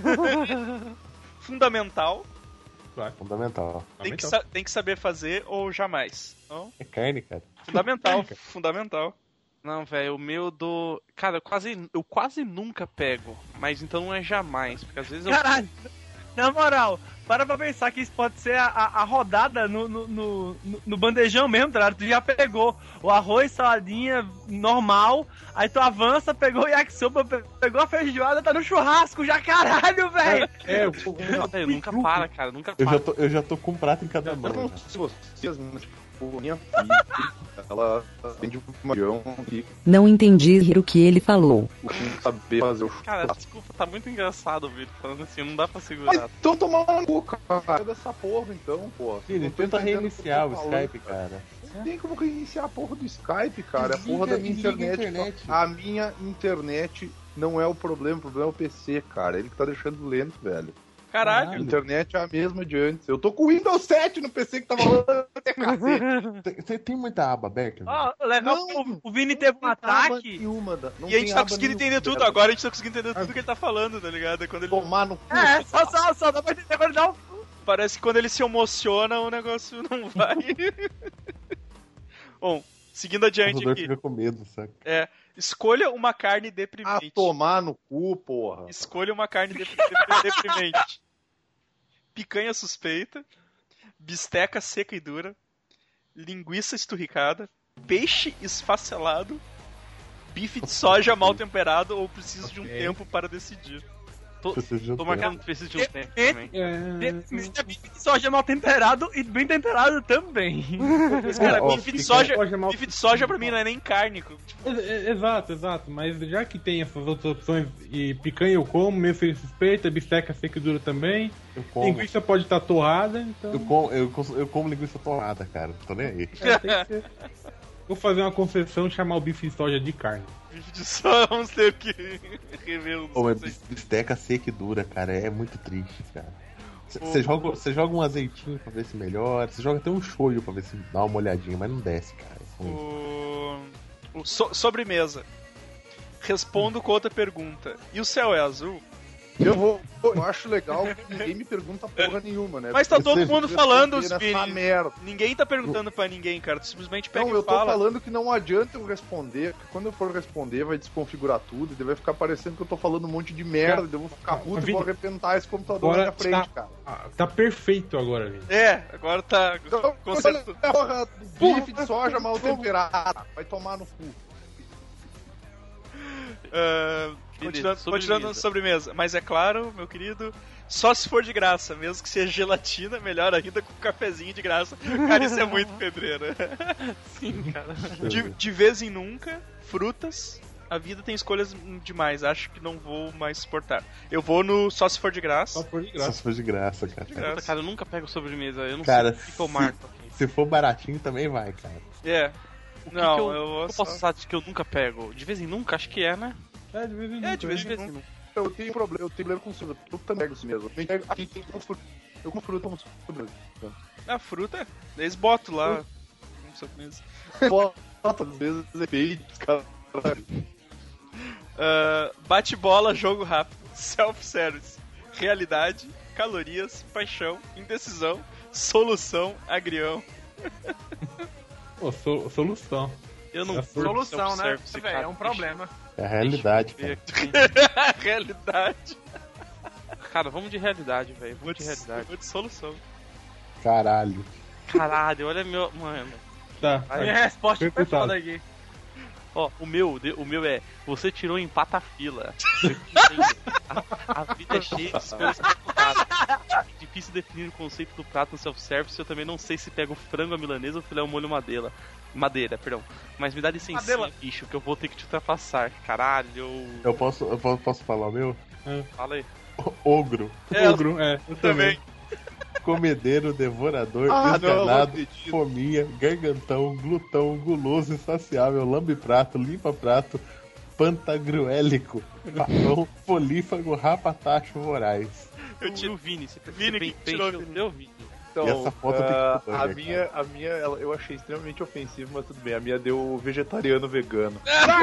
Fundamental. Fundamental. Tem que, sa- tem que saber fazer ou jamais. Não? É carne, cara. Fundamental. Fundamental. Não, velho, o meu do. Cara, eu quase, eu quase nunca pego, mas então não é jamais, porque às vezes eu. Caralho. Na moral, para pra pensar que isso pode ser a, a, a rodada no, no, no, no bandejão mesmo, tá ligado? Tu já pegou o arroz, saladinha normal, aí tu avança, pegou o yakisoba, pe- pegou a feijoada, tá no churrasco já, caralho, velho! É, o. Não, velho, nunca para, cara, nunca Eu para. já tô, eu já tô com um prato em cada Eu mão. não já. sei se vocês, mas tipo, minha filha, ela tem de uma região que Não entendi o que ele falou. costuma saber fazer o Cara, churrasco. desculpa, tá muito engraçado o vídeo falando assim, não dá pra Mas segurar. então tomar no cu, cara. Dessa porra, então, pô. Filho, Não tô tenta entendendo reiniciar o que eu tô falando. Skype, cara. Não tem como reiniciar a porra do Skype, cara. É a Desliga- porra da minha desliga a internet. internet. A minha internet não é o problema, o problema é o P C, cara. Ele que tá deixando lento, velho. A Caralho. internet é a mesma de antes. Eu tô com o Windows sete no P C que tava rolando até cacete. Você tem muita aba aberta? Ó, legal Não, que o, o Vini teve um ataque. Nenhuma, da- não E a gente tem tá aba conseguindo nenhuma, entender tudo. velho. Agora a gente tá conseguindo entender tudo que ele tá falando, tá ligado? É Quando ele... Tomar no cu. É, só, só, só dá pra entender quando ele dá um. Parece que quando ele se emociona, o negócio não vai. Bom, seguindo O adiante computador aqui. fica com medo, saca? É, escolha uma carne Ah, deprimente. tomar no cu, porra. Escolha uma carne dep- dep- deprimente. Picanha suspeita, bisteca seca e dura, linguiça esturricada, peixe esfacelado, bife de soja mal temperado ou preciso de um Ok. tempo para decidir. Tô, Preciso de um tô tempo. marcando preciso de um tempo também. É. Bife de soja mal temperado e bem temperado também. Mas, cara, Ó, ó, bife de picanha soja, soja mal- bife de soja pra mim não é nem carne. Tipo, É- é- Exato, exato, mas já que tem essas outras opções, e picanha eu como, meio sem suspeita, bisteca seca e dura também, Eu como. linguiça pode estar torrada, então Eu como, eu, cons- eu como linguiça torrada, cara. Não tô nem aí. é, tem que ser. Vou fazer uma concessão e chamar o bife de soja de carne. bife de soja, vamos ter que rever o Ô, mas conceito. bis- bisteca seca e dura, cara, é muito triste, cara. Ô, Você joga, você joga um azeitinho pra ver se melhora, você joga até um shoyu pra ver se dá uma olhadinha, mas não desce, cara. É ruim. O... o so- sobremesa. Respondo com outra pergunta. E o céu é azul? Eu vou. Eu acho legal que ninguém me pergunta porra nenhuma, né? Mas tá todo Você mundo fica falando, nessa Vini. merda. Ninguém tá perguntando pra ninguém, cara. Tu simplesmente pega Não, e eu tô fala. falando que não adianta eu responder, porque quando eu for responder vai desconfigurar tudo e daí vai ficar parecendo que eu tô falando um monte de merda, daí eu vou ficar puto e Vini, vou arrebentar esse computador na Agora minha frente, tá, cara. ah, tá perfeito agora, Vini. É, agora tá. Então, Concerto... porra, bife de soja mal temperado. Vai tomar no cu. Uh, continuando, sobremesa. continuando na sobremesa. Mas é claro, meu querido, só se for de graça, mesmo que seja gelatina, melhor ainda com um cafezinho de graça. Cara, isso é muito pedreiro. Sim, cara. De, de vez em nunca, frutas. A vida tem escolhas demais, acho que não vou mais suportar. Eu vou no só se for de graça. Só por de Só graça. se for de graça, cara. De graça. Puta, cara, eu nunca pego sobremesa. Eu não Cara, sei o que, que eu marco aqui. Se for baratinho também vai, cara. É. O que Não, que eu, eu vou eu só- posso usar de que eu nunca pego? De vez em nunca, acho que é, né? É, de vez em É, nunca. de vez em né? nunca. Eu tenho problema, eu tenho problema com fruta. Eu também pego isso mesmo. Eu pego- Aqui tem como fruta. Eu como fruta, como fruta. A fruta, eles botam lá. Não sei mesmo. Bota, às vezes, efeitos, cara. Uh, bate-bola, jogo rápido, self-service, realidade, calorias, paixão, indecisão, solução, agrião. Pô, so- solução. Eu não É curto Solução, né? self-service, Velho, cara. é um problema. É a realidade, Deixa eu cara. ver aqui. realidade. Cara, vamos de realidade, velho. Vou Vamos de, de realidade. vou de solução. Caralho. Caralho, olha meu. Mano. Tá. Ai, Minha resposta foi Perguntado. foda aqui. Ó, o meu, de- o meu é, você tirou em patafila. a, a vida é cheia de escolhas complicadas. É difícil definir o conceito do prato no self-service. Eu também não sei se pego frango à milanesa ou filé ao molho madeira. Madeira, perdão. Mas me dá licencinha, Madeira. bicho, que eu vou ter que te ultrapassar. Caralho. Eu posso, eu posso, posso falar o meu? Fala aí. O- Ogro. É, Ogro, é. Eu também. Comedeiro, devorador, Ah, não, esganado, não acredito. fominha, gargantão, glutão, guloso, insaciável, lambe-prato, limpa-prato, pantagruélico, papão, polífago, rapatacho, voraz. Eu E tiro. o Vini, você Vini, bem, que bem, tirou, bem, Vini. deu, Vini. Então, E essa foto tem que ah, botar, a né, minha, a minha ela- eu achei extremamente ofensiva, mas tudo bem. A minha deu vegetariano vegano.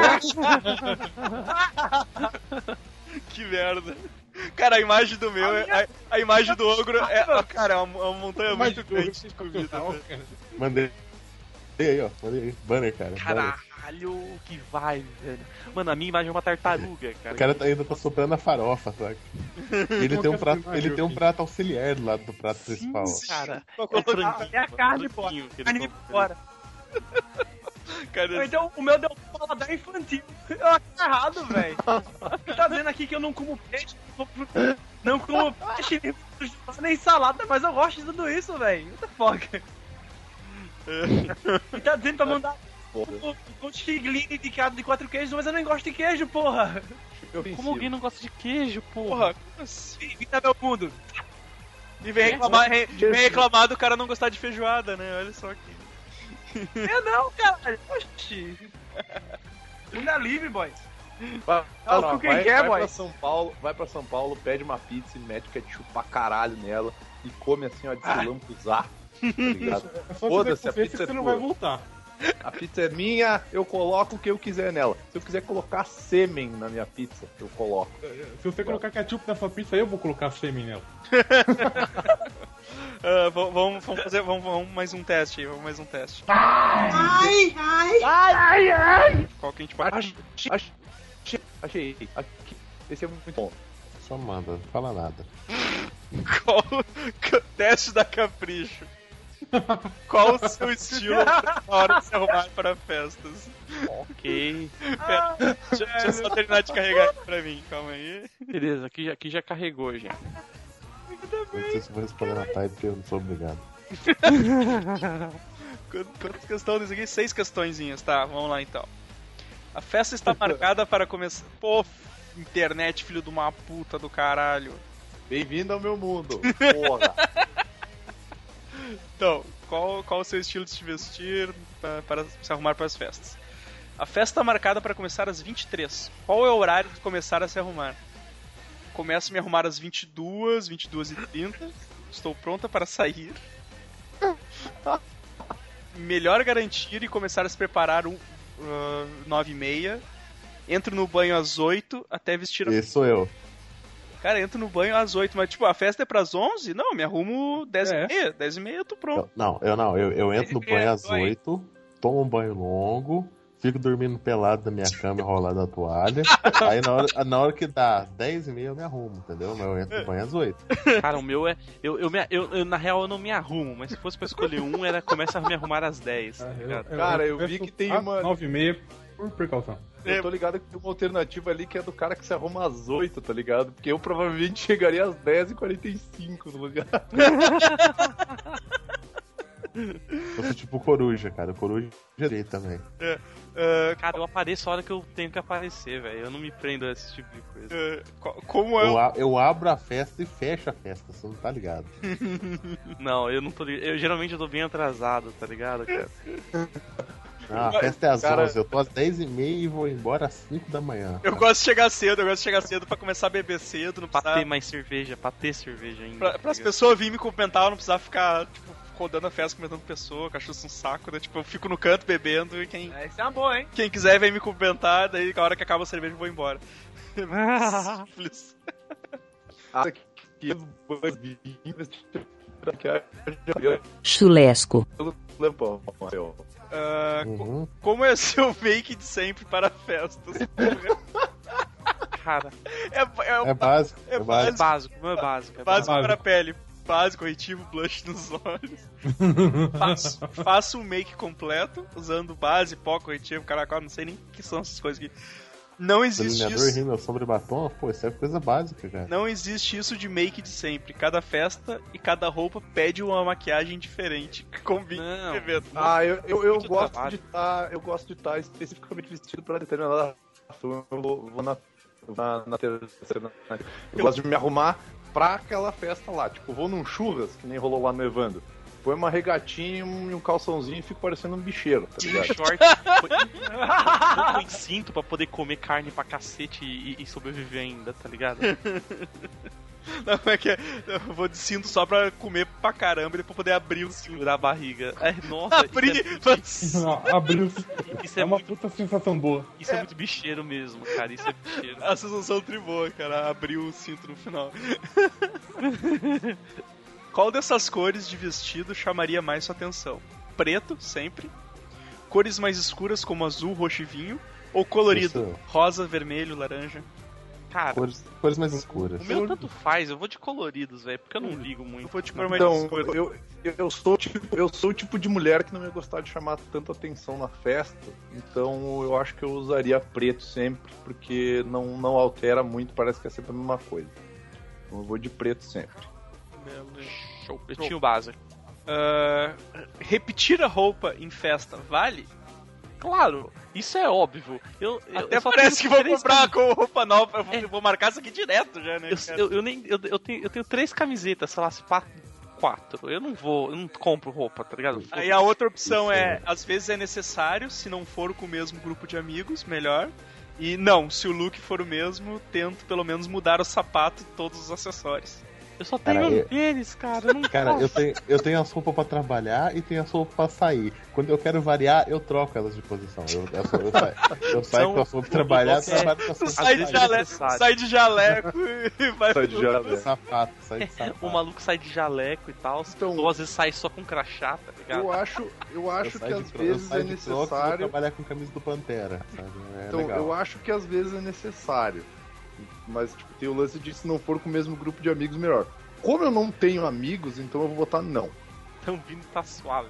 Que merda. Cara, a imagem do meu, é, a, a imagem do ogro é. ah, Cara, é uma, é uma montanha Mas muito grande de comida. Não, velho. cara. Mandei aí, ó. Mandei aí. Banner, cara. Banner. Caralho, que vai, velho. Mano, a minha imagem é uma tartaruga, cara. O cara tá, ainda tá soprando a farofa, sabe? Ele tem um prato, ele tem um prato auxiliar do lado do prato principal. ó. Cara, Pra é colocar- franguinho, É a carne, pô. franguinho que eles Carne colocam. fora. Cara, Ou então o meu deu um paladar infantil. Eu acho errado, velho. Você tá dizendo aqui que eu não como peixe, não como peixe, nem salada, mas eu gosto de tudo isso, velho. What the fuck? E tá dizendo pra mandar com chigline de cada de quatro queijos, mas eu nem gosto de queijo, porra. Como alguém não gosta de queijo, porra? porra, como assim? Bem-vindo ao meu mundo. E vem reclamar, re- vem reclamar do cara não gostar de feijoada, né? Olha só aqui. Eu não, cara. Oxi. Mundo é livre, boy. Vai, Ah, vai, o que vai, quer, vai boy? pra São Paulo, vai pra São Paulo, pede uma pizza e mete ketchup pra caralho nela e come assim, ó, de lambuzar. Tá ligado? É só Foda-se, você a ter pizza que é você não tua. vai voltar. A pizza é minha, eu coloco o que eu quiser nela. Se eu quiser colocar sêmen na minha pizza, eu coloco. Se você colocar ketchup na sua pizza, eu vou colocar sêmen nela. Ah, v- vamos, vamos fazer vamos, vamos mais um teste aí, vamos mais um teste. Ai, ai. Qual que a gente pode. Achei, achei, achei, achei. Esse é muito bom. Só manda, não fala nada. Qual teste da Capricho? Qual o seu estilo na hora de se arrumar para festas? Ok. Pera, deixa, deixa eu só terminar de carregar aqui pra mim, calma aí. Beleza, aqui já, aqui já carregou já. Não sei se eu vou responder na type porque eu não sou obrigado. Quantas quantas questões aqui? Seis questõezinhas, tá? Vamos lá então. A festa está marcada para começar. Pô, internet, filho de uma puta do caralho. Bem-vindo ao meu mundo, porra. Então, qual, qual o seu estilo de se vestir para, para se arrumar para as festas? A festa está marcada para começar às vinte e três. Qual é o horário de começar a se arrumar? Começo a me arrumar às vinte e duas, vinte e duas e trinta. Estou pronta para sair. Melhor garantir e começar a se preparar um, uh, nove e meia. Entro no banho às oito até vestir a... Esse sou eu. Cara, entro no banho às oito, mas tipo, a festa é pras onze? Não, me arrumo dez É. e meia. dez e meia eu tô pronto. Eu- não, eu não, eu, eu entro no dez e meia, banho às tô aí. oito, tomo um banho longo, fico dormindo pelado na minha cama enrolado na toalha. Aí na hora, na hora que dá dez e meia eu me arrumo, entendeu? Mas eu entro no banho às oito. Cara, o meu é. Eu, eu, me- eu- eu, na real, eu não me arrumo, mas se fosse pra escolher um, era começa a me arrumar às dez. Tá ligado? Cara, eu vi que tem uma- nove e meia por precaução. Eu tô ligado que tem uma alternativa ali que é do cara que se arruma às oito, tá ligado? Porque eu provavelmente chegaria às dez e quarenta e cinco no lugar. Eu sou tipo coruja, cara. Coruja direito também. É, é, Cara, eu apareço a hora que eu tenho que aparecer, velho. Eu não me prendo a esse tipo de coisa. é, co- como é Eu, o... a- eu abro a festa e fecho a festa, você não tá ligado. Não, eu não tô ligado. Eu geralmente eu tô bem atrasado, tá ligado, cara? Não, a festa é às Cara- onze, eu tô às dez e meia e vou embora às cinco da manhã. Eu gosto de chegar cedo, eu gosto de chegar cedo pra começar a beber cedo, não Pra precisar... ter mais cerveja, pra ter cerveja ainda. Pra, tá pras ligado? pessoas virem me cumprimentar, eu não precisar ficar, tipo, rodando a festa, comentando pessoa, cachuça um saco, né? Tipo, eu fico no canto bebendo e quem, É, isso é uma boa, hein? quem quiser vem me cumprimentar, daí a hora que acaba a cerveja eu vou embora. Simples. Ah, que Chulesco. Lampão, Marcel. Ah, co- Uhum. como é seu make de sempre para festas? Cara, É, é, É básico, É é é básico. básico, não é básico. É básico básico. para a pele. Básico, corretivo, blush nos olhos. faço, faço um make completo, usando base, pó, corretivo, caracol, não sei nem o que são essas coisas aqui. Não existe Delineador, isso. rímel, sombra e batom, pô, isso é coisa básica, cara. Não existe isso de make de sempre. Cada festa e cada roupa pede uma maquiagem diferente que combine Não. com o evento. Ah, eu, eu, eu Muito gosto trabalho. de estar. Eu gosto de estar especificamente vestido pra determinada ação. Eu vou, vou na, na, na terceira. na- Eu gosto de me arrumar pra aquela festa lá. Tipo, vou num churras, que nem rolou lá no Evandro. Põe uma regatinha e um, e um calçãozinho e fico parecendo um bicheiro, tá Um ligado? short, põe- põe cinto pra poder comer carne pra cacete e, e sobreviver ainda, tá ligado? Não, é que é- eu vou de cinto só pra comer pra caramba e depois poder abrir o cinto. Segurar a barriga. É, nossa, Abrir. isso é, muito, Abriu. isso É é uma muito, puta sensação boa. isso é muito bicheiro mesmo, cara. Isso é bicheiro. A sensação triboa, cara. Abrir o cinto no final. Qual dessas cores de vestido chamaria mais sua atenção? Preto, sempre. Cores mais escuras como azul, roxo e vinho. Ou colorido? Isso. Rosa, vermelho, laranja. Cara, Cores, cores mais escuras. o meu tanto faz, eu vou de coloridos, velho, porque eu não ligo Eu muito. vou de cor mais Então, escura. eu, eu, eu, sou, tipo, eu sou o tipo de mulher que não ia gostar de chamar tanta atenção na festa, então eu acho que eu usaria preto sempre, porque não, não altera muito, parece que é sempre a mesma coisa. Então eu vou de preto sempre. Show. Eu tinha o básico. Ah, repetir a roupa em festa vale? Claro, isso é óbvio. Eu, eu, Até eu só parece que tenho vou três comprar cami- com roupa nova. Eu vou, É. vou marcar isso aqui direto já, né? Eu, cara? eu, eu nem, eu, eu, tenho, eu tenho três camisetas, sei lá, se pá, quatro. Eu não vou, eu não compro roupa, tá ligado? Aí a outra opção Isso é, é. às vezes é necessário, se não for com o mesmo grupo de amigos, melhor. E não, se o look for o mesmo, tento pelo menos mudar o sapato e todos os acessórios. Eu só tenho Cara, eu- tênis, cara. Eu não Cara, posso. eu tenho, eu tenho as roupas pra trabalhar e tenho as roupas pra sair. Quando eu quero variar, eu troco elas de posição. Eu, eu, sou- eu saio, eu saio São- com as roupas pra trabalhar, é- trabalho com as Tu roupas sai pra de, vezes é sair. jale... necessário. sai de jaleco e vai Sai de pro- jaleco. Sapato, sai de sapato. O maluco sai de jaleco e tal. Então- ou às vezes sai só com crachá, tá ligado? Eu acho, eu Eu acho que saio de às cro- eu vezes saio é de crocs e vou necessário. trabalhar com camisa do Pantera, sabe? É Então, legal. eu acho que às vezes é necessário. Mas, tipo, tem o lance de se não for com o mesmo grupo de amigos, melhor. Como eu não tenho amigos, então eu vou botar não. Então vindo tá suave.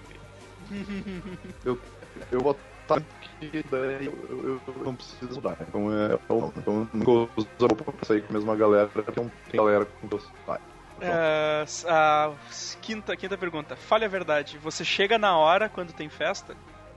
Eu vou botar que daí eu, eu- eu não preciso mudar. Então, é, eu, então eu nunca uso roupa pra sair com a mesma galera, porque não tem galera com que eu saio. É, a quinta, quinta pergunta. Fale a verdade. Você chega na hora quando tem festa?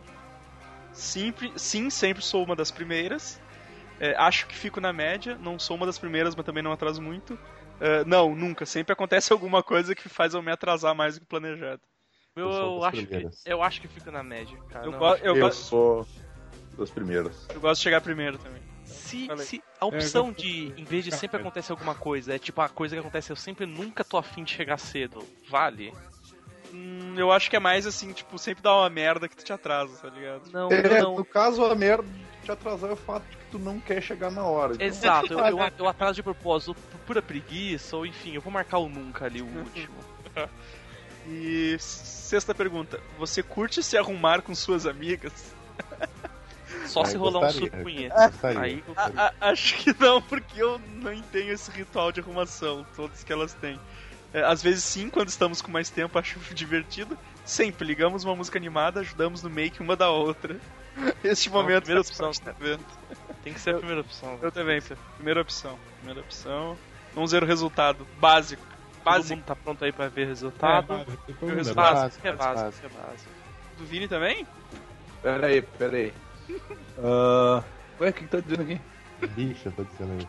Sempre, sim, sempre sou uma das primeiras. É, acho que fico na média. Não sou uma das primeiras, mas também não atraso muito. É, não, nunca. Sempre acontece alguma coisa que faz eu me atrasar mais do que planejado. Meu, Eu sou eu das acho, que, primeiras. eu acho que fica na média, cara. Eu, Não, go- eu, Eu go- sou das primeiras. eu gosto de chegar primeiro também. Se, Falei. se a opção É, eu- de, em vez de sempre acontece alguma coisa, é tipo a coisa que acontece, eu sempre nunca tô afim de chegar cedo, vale? Hum, eu acho que é mais assim, tipo, sempre dá uma merda que tu te atrasa, tá ligado? Não, É, não. no caso, a merda de te atrasar é o fato de que tu não quer chegar na hora. Então, Exato, eu, eu, eu atraso de propósito, por pura preguiça, ou enfim, eu vou marcar o nunca ali, o último. E sexta pergunta, você curte se arrumar com suas amigas? Só Ai, se rolar gostaria, um suco punheta. gostaria. Aí A- a- acho que não, porque eu não tenho esse ritual de arrumação, todos que elas têm. É, às vezes sim, quando estamos com mais tempo, acho divertido. Sempre ligamos uma música animada, ajudamos no make uma da outra. Este momento primeira faz opção, parte do evento. tem que ser a primeira opção. Eu também, primeira opção. Primeira opção. Vamos ver o resultado. Básico. Todo Básico. mundo tá pronto aí pra ver o resultado. É, básico, todo Eu mundo é respondo. básico. Básico, é básico, é básico. Do Vini também? Pera aí, pera aí. Ah, ué, o que que tá dizendo aqui? Bicha, tô dizendo aí.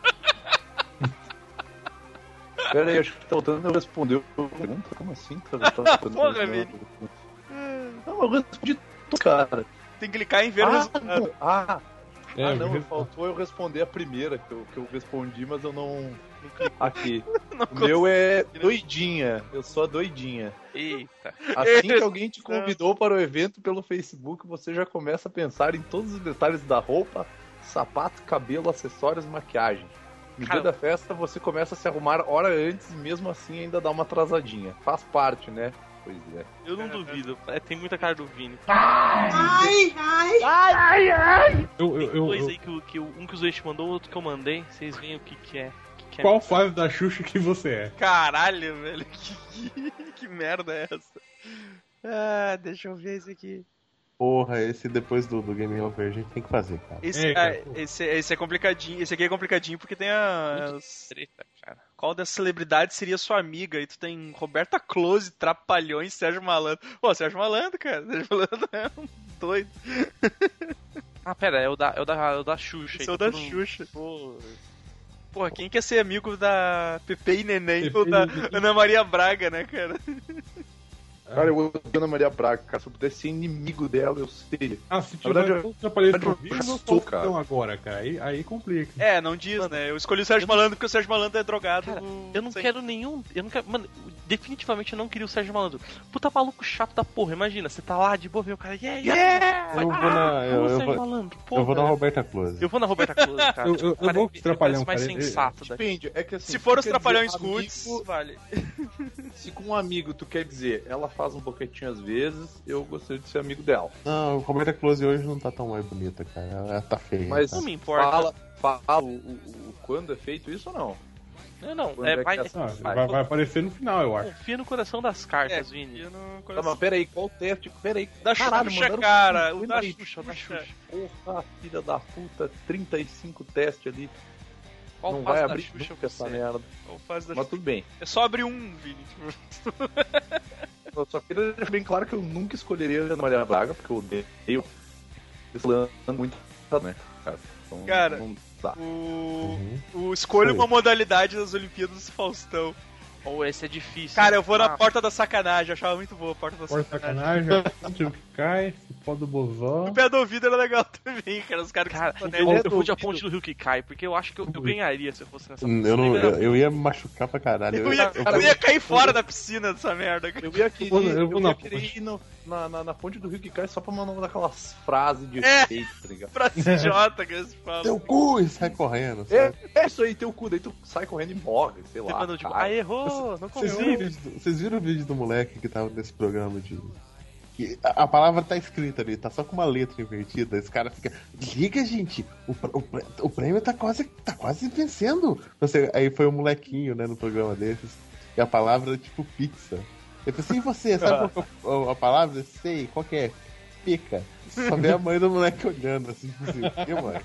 Pera aí, acho que tá faltando eu responder a pergunta. Como assim? Tá, tá faltando Porra, eu- Vini. Não, eu respondi tudo, cara. Tem que clicar em ver o Ah, resultado. não. Ah, É, ah, eu não, re- faltou eu responder a primeira que eu, que eu respondi, mas eu não. Aqui. Não O meu é doidinha. Eu sou a doidinha. Eita. Assim que alguém te convidou para o evento pelo Facebook, você já começa a pensar em todos os detalhes da roupa, sapato, cabelo, acessórios, maquiagem. No Cara, dia da festa, você começa a se arrumar hora antes e mesmo assim ainda dá uma atrasadinha. Faz parte, né? Pois é. Eu não duvido, é, tem muita cara do Vini. Ai, ai. Eu, eu, Tem eu, dois eu- aí que, o- que o- um que o Zoete mandou, outro que eu mandei, vocês veem o que que é. o que que é. Qual fase da Xuxa que você é? Caralho, velho. Que, que, que merda é essa? Ah, deixa eu ver esse aqui. Porra, esse depois do, do Game Over a gente tem que fazer, cara. Esse É, é, cara, pô. esse, esse é complicadinho. Esse aqui é complicadinho porque tem as. Treta, cara. Qual das celebridades seria sua amiga? E tu tem Roberta Close, Trapalhões, Sérgio Malandro. Pô, Sérgio Malandro, cara. Sérgio Malandro é um doido. Ah, pera, é o da, é o da, é o da Xuxa. Esse é o então da tu não- Xuxa. Pô, Porra, quem quer ser amigo da Pepe e Neném Pepe ou da e Neném. Ana Maria Braga, né, cara? Cara, eu amo a Ana Maria Braga, cara. Se eu pudesse ser inimigo dela, eu seria. Ah, se Na tiver verdade, um atrapalhei eu- pro vídeo, eu sou, sou cara. então agora, cara. Aí, aí complica. É, não diz, né? Eu escolhi o Sérgio Malandro porque o Sérgio Malandro é drogado. Cara, eu não sem- quero nenhum. Eu não quero. Mano, definitivamente eu não queria o Sérgio Malandro. Puta maluco chato da porra. Imagina, você tá lá de boa, vê o cara. Yeah, yeah! Eu vou na. Eu, o eu Sérgio vou, Malandro, porra. eu vou na Roberta Close. Eu vou na Roberta Close, cara. Eu- Tipo, eu- eu parece- vou com os Trapalhão, parece mais cara. sensato daqui. Depende, é que assim. Se for os quer Trapalhões dizer, Goods, amigo- vale. Se com um amigo tu quer dizer, ela faz um boquetinho às vezes, eu gostaria de ser amigo dela. Não, a Roberta Close hoje não tá tão mais bonita, cara. Ela tá feia. Mas tá? Não me importa. fala, fala o, o- o quando é feito isso ou não? Não, não. Quando É, é que vai, essa- Ah, vai, vai aparecer no final, eu acho. confia no coração das cartas, É, Vini. eu não Tá, conheço. mas peraí, qual teste? Peraí. Da Caralho, Xuxa, mandaram cara. O cinquenta da e- Xuxa, da Xuxa. Xuxa. Porra, filha da puta, trinta e cinco testes ali. Qual não fase vai da abrir Xuxa nunca essa você? merda. Qual fase da Mas Xuxa? tudo bem. É só abrir um, Vini. Eu só queria deixar bem claro que eu nunca escolheria a Ana Maria Braga, porque eu odeio esse lance muito, né, cara? Então, Cara, não dá. O, Uhum. o escolha Sei. uma modalidade das Olimpíadas do Faustão. Ou esse é difícil. Cara, eu vou na Ah, porta da sacanagem, eu achava muito boa a porta da Porta sacanagem. sacanagem, o que cai, se pode do bozó. O pé do ouvido era legal também, cara. Os caras que Cara, se eu, planejam. eu vou de a ponte do rio que cai, porque eu acho que eu, eu ganharia se eu fosse nessa Hum, Eu, não, eu, eu ia me machucar pra caralho. Eu ia, eu ia cair fora da piscina dessa merda. cara. Eu ia querer, vou- eu eu vou ia na querer ponte. ir no- na, na, na ponte do Rio que cai só pra mandar uma daquelas frases de É. efeito, tá ligado? Frase idiota que eles falam. Teu cu e sai correndo. É, sabe? é isso aí, teu cu, daí tu sai correndo e morre, sei Você lá. mandou tipo, cai. ah, errou, não Vocês conseguiu. viram, o vídeo do- vocês viram o vídeo do moleque que tava nesse programa de. Que a, a palavra tá escrita ali, tá só com uma letra invertida. Esse cara fica. Liga, gente! O, pr- o, pr- o prêmio tá quase, tá quase vencendo! Você, aí foi um molequinho, né, no programa desses. E a palavra era tipo pizza. Eu falei assim, e você? Sabe qual que é a, a palavra? Sei, qual que é? Pica. Só vê a mãe do moleque olhando assim, tipo assim, o que, mano?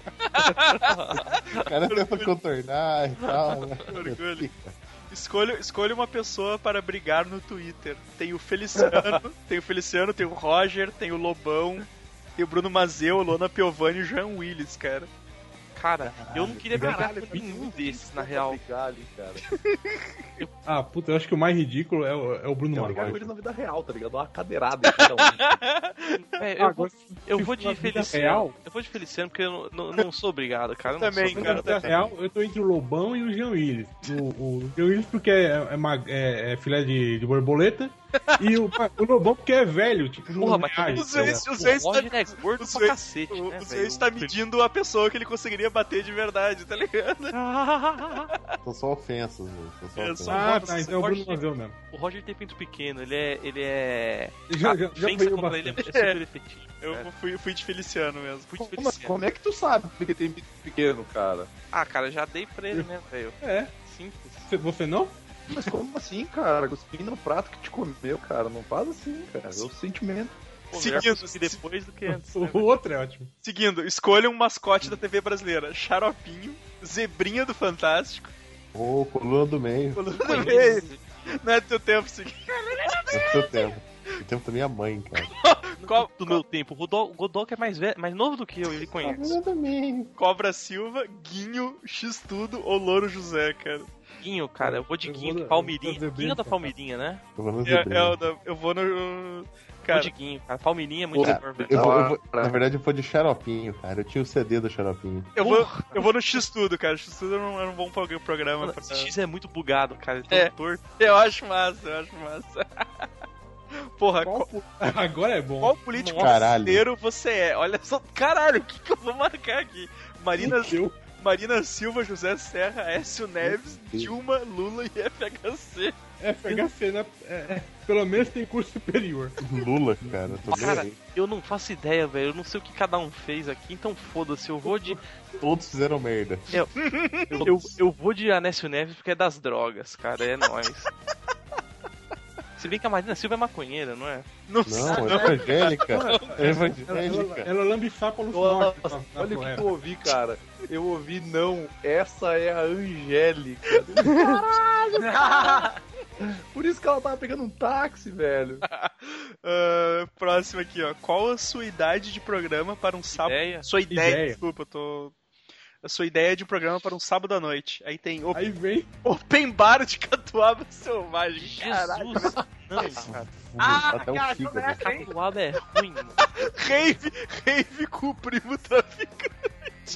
O cara tenta contornar e tal. Né? Orgulho. Pica. Escolha, escolha uma pessoa para brigar no Twitter. Tem o Feliciano, tem o Feliciano, tem o Roger, tem o Lobão, tem o Bruno Mazeu, o Luana Piovani e o Jean Willis, cara. Cara, eu não queria brigar Caralho, com nenhum muito desses, na pra real. brigar ali, cara. Ah, puta, eu acho que o mais ridículo é o, é o Bruno Eu Magalhães. quero ele na vida real, tá ligado? Uma cadeirada em cada um. É, eu, Agora, vou, eu se vou for de na vida Feliciano. real- Eu vou de Feliciano porque eu não, não, não sou obrigado, cara. Eu não Também, sou cara. Na vida real, eu tô entre o Lobão e o Jean Willis. O, o Jean Willis porque é, é, ma- é- é filé de, de borboleta. E o, o Lobão porque é velho, tipo, Porra, não mas reage, os tá ligado? vezes- os O vezes Roger tá- é gordo os pra vezes- cacete, O, né, o velho? Zeus tá medindo a pessoa que ele conseguiria bater de verdade, tá ligado? São só ofensas, velho. São só É, ofensas. só- Ah, Nossa, tá, então é o Bruno Roger- Mazel mesmo. O Roger tem pinto pequeno, ele é. Ele é. Já, a já, já ofensa veio contra ele é bastante. super efetivo. Eu É. fui, fui de Feliciano mesmo. Fui de Como, Feliciano. como é que tu sabe que tem pinto pequeno, cara? Ah, cara, já dei pra ele, né, velho? É, Simples. você- você não? Mas como assim, cara? Cuspindo no prato que te comeu, cara. Não faz assim, cara. É o sentimento. Pô, melhor Seguindo, cuspir depois do que antes. O Né, velho? outro é ótimo. Seguindo, escolha um mascote da T V brasileira. Xaropinho, Zebrinha do Fantástico. Ô, coluna do meio. Coluna meio. Não é do teu tempo, seguindo. É o seu tempo. O tempo da minha mãe, cara. Co- Do meu tempo. O Godot, o Godot é mais velho, mais novo do que eu, ele conhece. Coluna do meio. Cobra Silva, Guinho, X-Tudo ou Louro José, cara. Guinho, cara, eu vou de Eu Guinho, vou- que Palmeirinha. eu vou Guinho da bem, Palmeirinha, né? Eu vou no É, Zebrinha. é o da- eu vou no. Vou Cara, de Guinho, cara. Palmeirinha é muito Ah, melhor, velho. eu vou- eu vou- na verdade, eu vou de Xaropinho, cara. Eu tinha o C D do Xaropinho. eu vou, eu vou no X-Tudo, cara. X-Tudo era um, era um bom prog- programa. Mano, pra- esse X é muito bugado, cara. Ele tá É. torto. Eu acho massa, eu acho massa. Porra, Qual qual, po- Agora é bom. qual político Nossa. Caralho. brasileiro você é? Olha só, caralho, o que, que eu vou marcar aqui? Marina, Eu- Marina Silva, José Serra, Écio Neves, Deus. Dilma, Lula e F H C. F H C, né? É, é, pelo menos tem curso superior. Lula, cara. Tô nem Cara, aí. eu não faço ideia, velho. Eu não sei o que cada um fez aqui, então foda-se. Eu vou de. Todos fizeram merda. Eu, eu, eu vou de Anécio Neves porque é das drogas, cara. É nóis. Se bem que a Marina Silva é maconheira, não é? Não, Não, é evangélica. É Ela, ela, evangélica. ela lambe sapo no norte. Nossa, na- na olha o que floresta. eu ouvi, cara. Eu ouvi, não, essa é a Angélica. Por isso que ela tava pegando um táxi, velho. Ah, próximo aqui, ó. Qual a sua idade de programa para um sábado? Ideia? Sua ideia, Ideia. desculpa, eu tô. A sua ideia de programa para um sábado à noite. Aí tem o- Aí vem. Open Bar de Catuaba Selvagem. Caralho. Jesus! Não, cara. Ah, Até o cara, fígado. começa, hein? Catuaba é ruim, mano. Rave, rave com o primo traficante.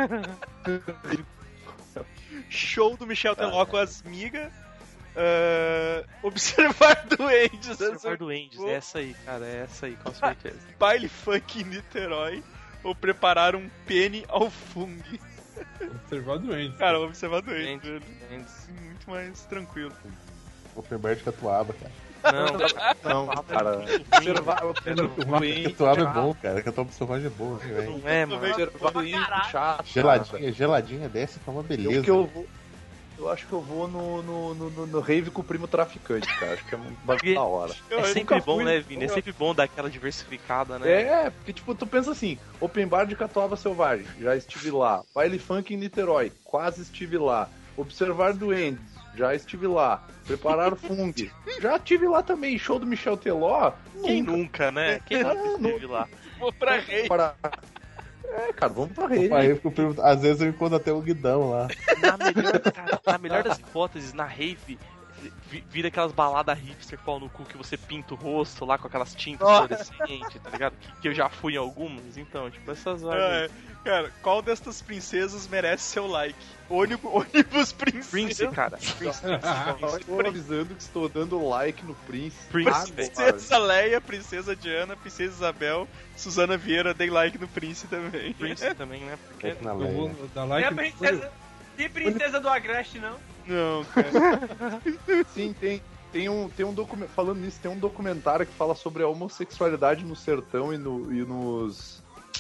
Show do Michel Teló com as migas. Ah, observar doentes. Observar Duendes, é essa aí, cara. É essa aí, com certeza. Baile funk em Niterói. Ou preparar um pene ao fungo. Observar doente. Cara, observar doente, Duendes, velho. Duendes. Muito mais tranquilo. Open bar de Catuaba, cara. Não, Não, cara. É Observar, Catuaba é bom, cara. Catuaba selvagem é boa, né, velho? não é, mano. observar doente, chato. Geladinha, geladinha dessa tá uma beleza. Eu que eu vou. Eu acho que eu vou no, no, no, no, no rave com o primo traficante, cara. Acho que é muito Porque- da hora. Eu É sempre nunca bom, fui, né, Vini? É eu- sempre bom dar aquela diversificada, né? É, porque tipo, tu pensa assim, Open Bar de Catuaba Selvagem, já estive lá. Baile Funk em Niterói, quase estive lá. Observar Duendes, já estive lá. Preparar Fung, já estive lá também. Show do Michel Teló, Quem nunca, né? Quem Ah, nunca não. esteve lá? Vou pra rei. para... É, cara, vamos pra rave. Aí eu fico perguntando- às vezes eu encontro até o guidão lá. Na melhor, cara, na melhor das hipóteses, na rave, vi- vira aquelas baladas hipster pau no cu que você pinta o rosto lá com aquelas tintas Oh. fluorescentes, tá ligado? Que, que eu já fui em algumas, então, tipo, essas vibes. É, cara, qual destas princesas merece seu like? Ônibus, ônibus princesa. Prince, cara. Prince. Estou avisando que estou dando like no Prince. Prince, Ah, velho. cara. Princesa Leia, Princesa Diana, Princesa Isabel, Suzana Vieira, dei like no Prince também. Prince também, né? Porque Na Eu Leia. vou dar Não like. é princesa. E princesa do Agreste, não? Não, cara. Sim, tem, tem um, tem um documentário. Falando nisso, tem um documentário que fala sobre a homossexualidade no sertão e, no, e nos.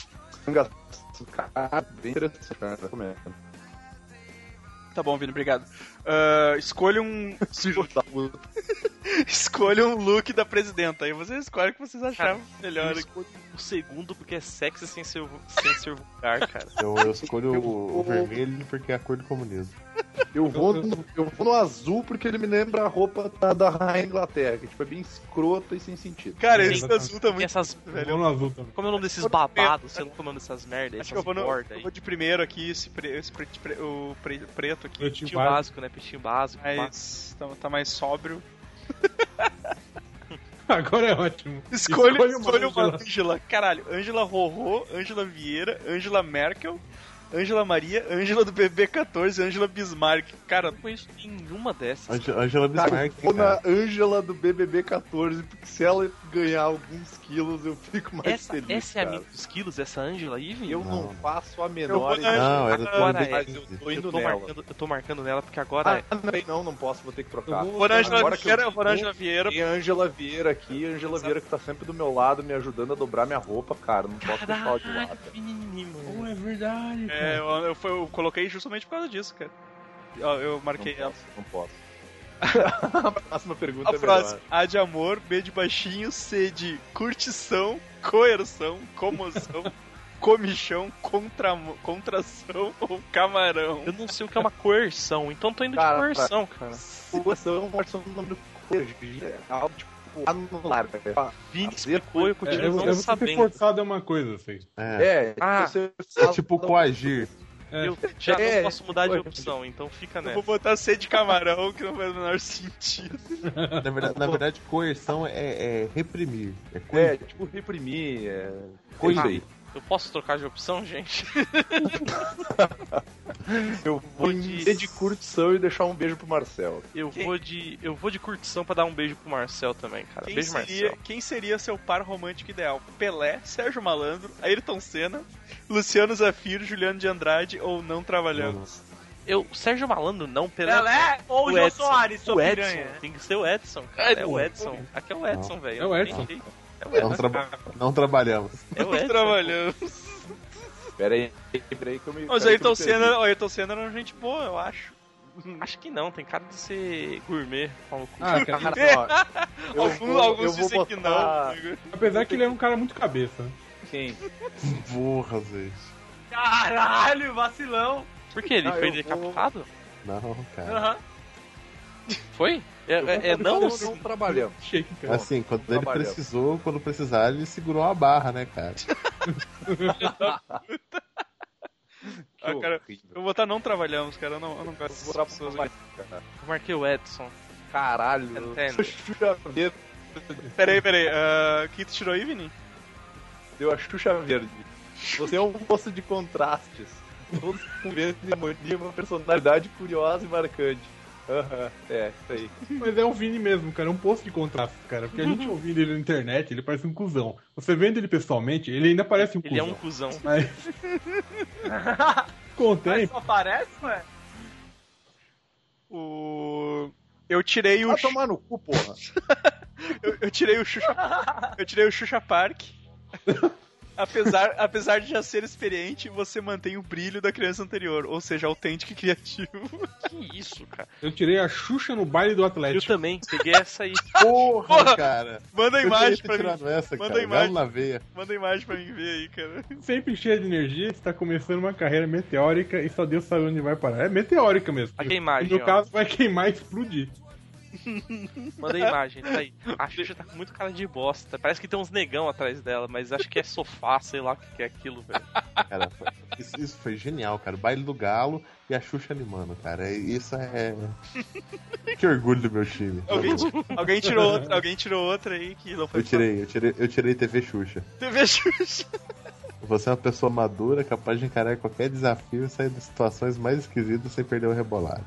Cara, bem interessante, cara. Recomendo. Tá bom, Vini, obrigado. Ah, escolha um. Filho da puta. Escolha um look da presidenta. Aí vocês escolhem o que vocês acharam melhor. eu escolho o segundo porque é sexy sem ser, sem ser vulgar, cara. Eu, eu escolho o, o vermelho porque é a cor do comunismo. Eu vou, no, eu vou no azul porque ele me lembra a roupa da, da Rainha Inglaterra, que tipo, é bem escrota e sem sentido. Cara, esse azul tá muito... Essas... Eu vou no azul também. Como é o nome desses babados? Sei lá como é o nome dessas merdas, Acho que essas eu vou, no, bordas eu aí. vou de primeiro aqui, esse, pre, esse pre, pre, o pre, preto aqui. Pretinho Peitinho básico, né? Peitinho básico. pá. Mas tá, tá mais sóbrio. Agora é ótimo. Escolha, Escolha uma escolha uma Ângela. Ângela. Caralho, Ângela Rorô, Ângela Vieira, Ângela Merkel, Ângela Maria, Ângela do B B quatorze, Ângela Bismarck. Cara, Não conheço nenhuma dessas. Ange- Angela Cara, Bismarck, eu vou na cara. Ângela do B B B quatorze, porque se ela ganhar alguns quilos, eu fico mais Essa, feliz, essa é a cara. minha dos quilos, essa Ângela aí, velho? Eu não, Não. faço a Eu menor vou na- ideia. Não, era do Agora B B é. Mas eu tô Eu indo tô, nela. marcando, eu tô marcando nela porque agora é. Ah, não, não, não posso, vou ter que trocar. Eu vou na Ângela Agora que Vieira, eu eu vou na Ângela Vieira. Tem a Ângela Vieira aqui, a Ângela Vieira que tá sempre do meu lado, me ajudando a dobrar minha roupa, cara. Não posso deixar ela de lado. menino. Pô, é verdade, cara. É, eu, eu, foi- eu coloquei justamente por causa disso, cara. Eu, eu marquei Não ela. posso, não posso. A próxima pergunta A é próxima. melhor. A de amor, B de baixinho, C de curtição, coerção, comoção, comichão, contra, contração ou camarão. Eu não sei o que é uma coerção, então tô indo Cara, de coerção, cara. Coerção, coerção no nome do coerção. É algo tipo anular. Vini Fazer explicou, eu É, continuo é, não você ser sabendo. forçado é uma coisa, assim. É, É, Ah, você é tipo coagir. É. Eu já É, não posso mudar de foi. opção, então fica Eu nessa. vou botar C de camarão, que não faz o menor sentido. Na verdade, na verdade coerção é, é reprimir. É coerção. É, tipo reprimir, é... Coisa isso aí. aí. Eu posso trocar de opção, gente? Eu vou em C de curtição e deixar um beijo pro Marcel. Eu Quem- vou de. Eu vou de curtição pra dar um beijo pro Marcel também, cara. Quem beijo, seria, Marcel. quem seria seu par romântico ideal? Pelé, Sérgio Malandro, Ayrton Senna, Luciano Zafiro, Juliano de Andrade ou Não Trabalhamos? Eu, Sérgio Malandro não, Pelé. Pelé ou o Jô Edson. Soares, sua O piranha? Edson. Tem que ser o Edson, cara. É o Edson. Aqui é o Edson, velho. É o Edson. Não tem jeito. É o Não, Edson. traba- não trabalhamos. É o Não Edson. Trabalhamos. Pera aí, pera aí que eu me... Mas o pera aí que eu Ayrton me perdi. Senna, o Ayrton Senna era uma gente boa, eu acho. Acho que não, tem cara de ser gourmet. Pau no cu. Ah, cara, Cara, ó, eu Alguns, vou- alguns eu vou dizem que não. botar- amigo. apesar que ele é um cara muito cabeça. Quem? Porra, gente. Caralho, vacilão. Por que? Ele Ah, foi eu decapitado? Não, cara. Aham. Foi? É, é, é não? não, não trabalhamos. Shake, cara. Assim, quando ele trabalhamos. precisou, quando precisar, ele segurou a barra, né, cara? Ah, cara, eu vou botar Não Trabalhamos, cara. Eu não, eu não gosto Vou dessas pessoas aqui. trabalhar. Eu marquei o Edson. Caralho. Entendo. Xuxa Verde. Peraí, peraí. Uh, que tu tirou aí, Vini? Deu a Xuxa Verde. Você é um poço de contrastes. Todos com verde e harmonia, uma personalidade curiosa e marcante. Aham, é, isso aí. Mas é um Vini mesmo, cara. É um poço de contraste, cara. Porque a gente ouvindo ele na internet, ele parece um cuzão. Você vendo ele pessoalmente, ele ainda parece um Ele é cuzão. um cuzão. Mas. Com o Mas tempo. só parece, ué? O... Eu tirei o... Vai tomar no cu, porra. eu, eu tirei o Xuxa... Eu tirei o Xuxa Park. Apesar, apesar de já ser experiente, você mantém o brilho da criança anterior, ou seja, autêntico e criativo. Que isso, cara? Eu tirei a Xuxa no baile do Eu Atlético. também, peguei essa aí. Porra, Porra! cara. Manda a Eu imagem queria ter pra mim. tirado essa, Manda cara. a imagem. Galo na veia. Manda a imagem pra mim ver aí, cara. Sempre cheio de energia, está começando uma carreira meteórica e só Deus sabe onde vai parar. É meteórica mesmo. Aqui a imagem, E no ó. caso vai queimar e explodir. Manda a imagem, tá aí. A Xuxa tá com muito cara de bosta. Parece que tem uns negão atrás dela, mas acho que é sofá, sei lá o que é aquilo, velho. Cara, foi- isso, isso foi genial, cara. O baile do Galo e a Xuxa animando, cara. Isso é. Que orgulho do meu time. Alguém, alguém tirou outra, alguém tirou outra aí que não foi Eu tirei, eu tirei, eu tirei T V Xuxa. T V Xuxa. Você é uma pessoa madura, capaz de encarar qualquer desafio e sair de situações mais esquisitas sem perder o rebolado.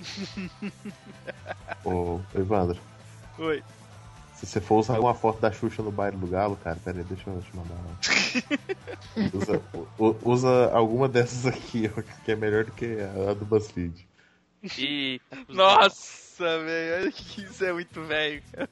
Ô, Evandro, Oi. se você for usar uma foto da Xuxa no baile do Galo, cara, pera aí, deixa eu te mandar. Usa, u- usa alguma dessas aqui, ó, que é melhor do que a, a do BuzzFeed. Eita, Nossa, velho. Isso é muito velho, cara.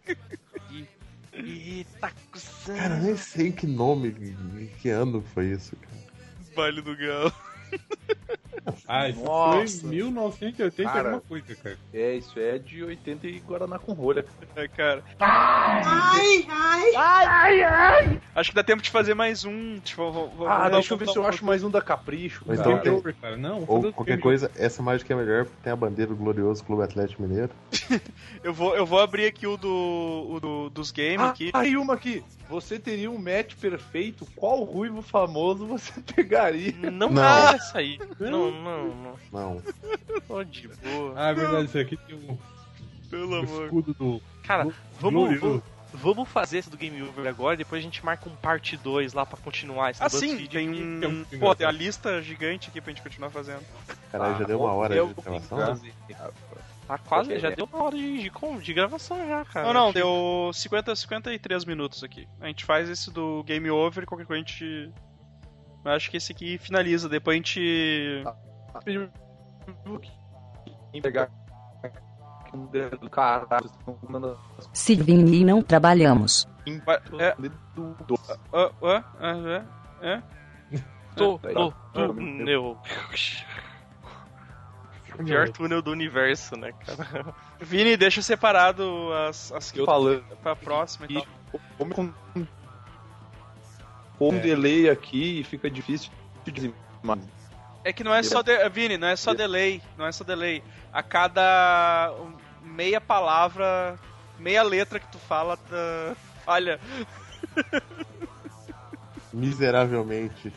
Eita, cuzão. Cara, eu nem sei que nome, que ano foi isso, cara. Baile do Galo. Ah, isso Nossa. foi em mil novecentos e oitenta Cara. alguma coisa, cara. É, isso é de oitenta e Guaraná com rolha. É, cara. Ai, ai. Acho que dá tempo de fazer mais um. Tipo, vou, vou, Ah, vou- deixa eu vou- ver se eu acho mais um da Capricho. Mas cara. então tem- Over, cara. Não, Ou foda-se, qualquer game coisa, essa mágica é melhor porque tem a bandeira do glorioso Clube Atlético Mineiro. Eu vou, eu vou abrir aqui o, do, o do, dos games Ah, aqui. aí uma aqui. Você teria um match perfeito? Qual ruivo famoso você pegaria? Não, Não. é essa aí. Não, não, não. Não. Tô de boa. Ah, é verdade, isso aqui tem um Pelo o amor. escudo do... Cara, do vamos, glorioso. vamos, vamos fazer esse do Game Over agora, depois a gente marca um parte dois lá pra continuar esse do Ah, sim, BuzzFeed tem aqui. um. tem um- Pô, tem a lista gigante aqui pra gente continuar fazendo. Caralho, já deu uma hora eu de vou gravação? fazer. Tá quase, Ok. já deu uma hora de, de, com- de gravação já, cara. Não, não, Achei- deu cinquenta, cinquenta e três minutos aqui. A gente faz esse do Game Over e qualquer coisa a gente. Eu acho que esse aqui finaliza. Depois a gente. Pegar um dedo do caralho, vocês estão mandando as Se Vini e não trabalhamos. Vai- É. do do- Ah, ah, ah, é, é. Tô, Peraí. tô, Ah, tô, meu meu. Pior túnel do universo, né, cara? Vini, deixa separado as, as que Eu eu falando pra próxima e aqui, tal. como com com um delay aqui fica difícil de dizer. Mas É que não é só. De... Vini, não é só delay. Não é só delay. A cada meia palavra, meia letra que tu fala, tá... falha. Miseravelmente.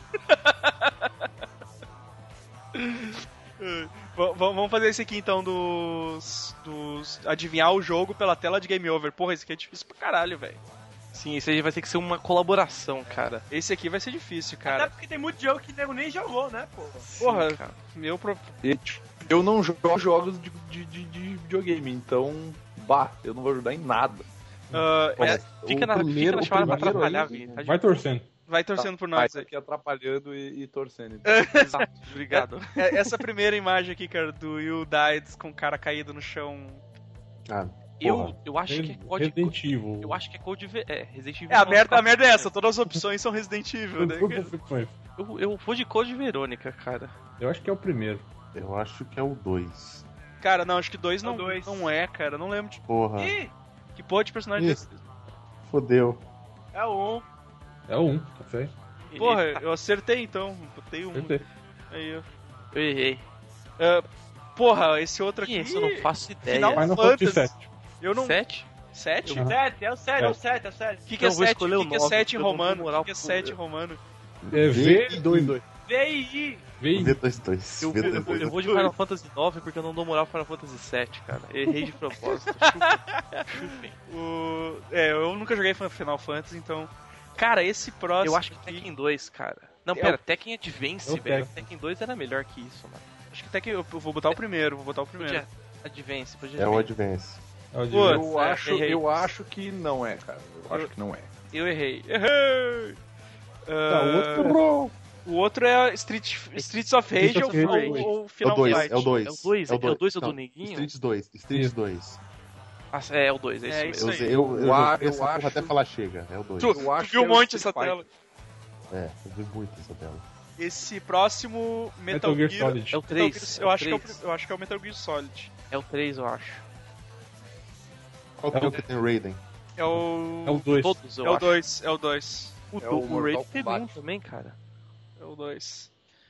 V- v- Vamos fazer esse aqui então dos. dos. Adivinhar o jogo pela tela de Game Over. Porra, esse aqui é difícil pra caralho, velho. Sim, esse aí vai ter que ser uma colaboração, cara. Esse aqui vai ser difícil, Até cara. porque tem muito jogo que nego nem jogou, né, pô? Porra, Sim, cara. meu pro... eu não jogo jogos de, de, de, de videogame, então, bah, eu não vou ajudar em nada. ah, Pô, é- mas Fica o na, primeiro, fica na chamada pra o primeiro atrapalhar, aí- Vini. Tá de Vai torcendo. vai torcendo por Vai nós tá aí. aqui atrapalhando e, e torcendo. Então. Exato, obrigado. É- Essa primeira imagem aqui, cara, do You Died com o cara caído no chão. Ah, Eu, porra. eu acho que é Code Resident Evil. Eu acho que é Code V. É, Resident Evil. É, a não, merda, a Code- merda é essa, todas as opções são Resident Evil, né? Todas as opções. Eu, eu vou de Code Verônica, cara. Eu acho que é o primeiro. Eu acho que é o dois. Cara, não, acho que dois É o não, dois. não é, cara. Não lembro de. Porra. Ih, que porra de personagem Isso. desse? Fodeu. É o um. É o um, tá certo? Porra, Eita, eu acertei então. Botei um. Acertei. Aí, ó. eu errei. Ah, porra, esse outro aqui. Ih, esse eu não faço ideia. Final Final Fantasy Fantasy. sete. Eu não. Sete? Sete? Uhum. Sete, é o sete, é o sete, é o sete. O que, que é Então eu vou sete? escolher O o que, que é nove, sete em porque eu não tenho romano? O moral que, que é pro- sete em romano? É V e dois. V I. V e V dois dois. Eu, V eu, dois dois. eu vou de Final Fantasy nove porque eu não dou moral pro Final Fantasy sete, cara. Errei de propósito. Chupem. Chupem. O... É, eu nunca joguei Final Fantasy, então. Cara, esse próximo. Eu acho que aqui- Tekken dois, cara. Não, É pera, o- Tekken Advance, É o velho. Tekken. Tekken dois era melhor que isso, mano. Acho que até que eu vou botar o primeiro, vou botar o primeiro. Podia Advance, podia É o Advance. Advance. É o de Pô, Eu, É, acho, errei. eu acho que não é, cara. Eu acho que não é. Eu errei. Errei! Tá, Ah, o outro errou. o outro é Street, Streets of Rage Streets ou, of Rage. ou, ou É o Final dois, Fight. é o dois. É o dois, é o dois, é o do Não, neguinho? Streets dois, Streets Isso. dois. Ah, é, é o dois, é isso É, mesmo. isso Eu, aí. usei- eu, eu, Eu a- joguei eu essa porra acho- até falar chega, é o dois. Tu, Eu tu acho viu que um é o monte essa Street tela. É, eu vi muito essa tela. Esse próximo Metal, Metal Gear Gear Solid. É o Metal três. Gear- eu, é o acho que é o, três. eu acho que é o Metal Gear Solid. É o três, eu acho. Qual que é o que tem Raiden? É o. É o dois. Todos, eu É o acho. dois, é o dois. O, É do- o o Mortal Raid teve um Kombat. também, cara. É o dois.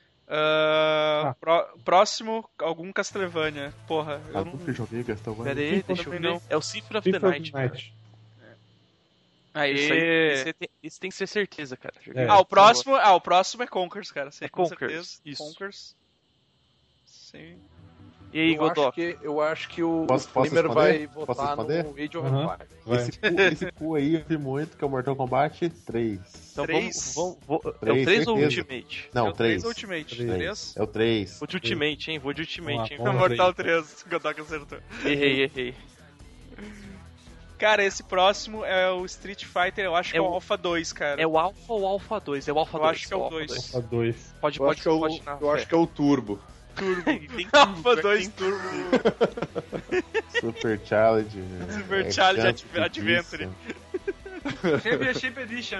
Ah, Ah. pró- próximo, algum Castlevania. Porra, eu Ah, não. nunca joguei Castlevania. Pera aí, Sim, deixa eu também ver. não. É o Symphony of the Symphony of Night, the cara. Night. Aí. Isso, aí, esse, tem, esse tem que ser certeza, cara. Joguei É. Ah, o próximo, ah, o próximo é Conkers, cara. Sim, É com Conkers, certeza. isso. Conkers. Sim. E aí, Eu acho, Godó? que, eu acho que o Posso- posso Flamer vai responder? Posso votar responder? no Age of Aham. Empires. Vai. Esse cu, esse cu aí eu vi muito, que é o Mortal Kombat três. Então Três? vamos, vamos, vamos- É o Três, três ou o certeza. Ultimate? Não, é o três. Ultimate. Três. três? É o três. Vou de Ultimate, hein? Vou de Ultimate, hein? Vamos lá, Mortal três. Godok acertou. Errei, errei. Cara, esse próximo é o Street Fighter, eu acho que é É o o- Alpha dois, cara. É o Alpha ou o Alpha dois? É o Alpha Eu dois. acho que é o Alpha dois. A dois. Pode, Eu pode, acho que é o, pode na eu acho fé. que é o Turbo. Turbo. Tem Alpha tudo, dois tem Turbo. Super Challenge. Super é Challenge chance Adventure. disso. Championship Edition.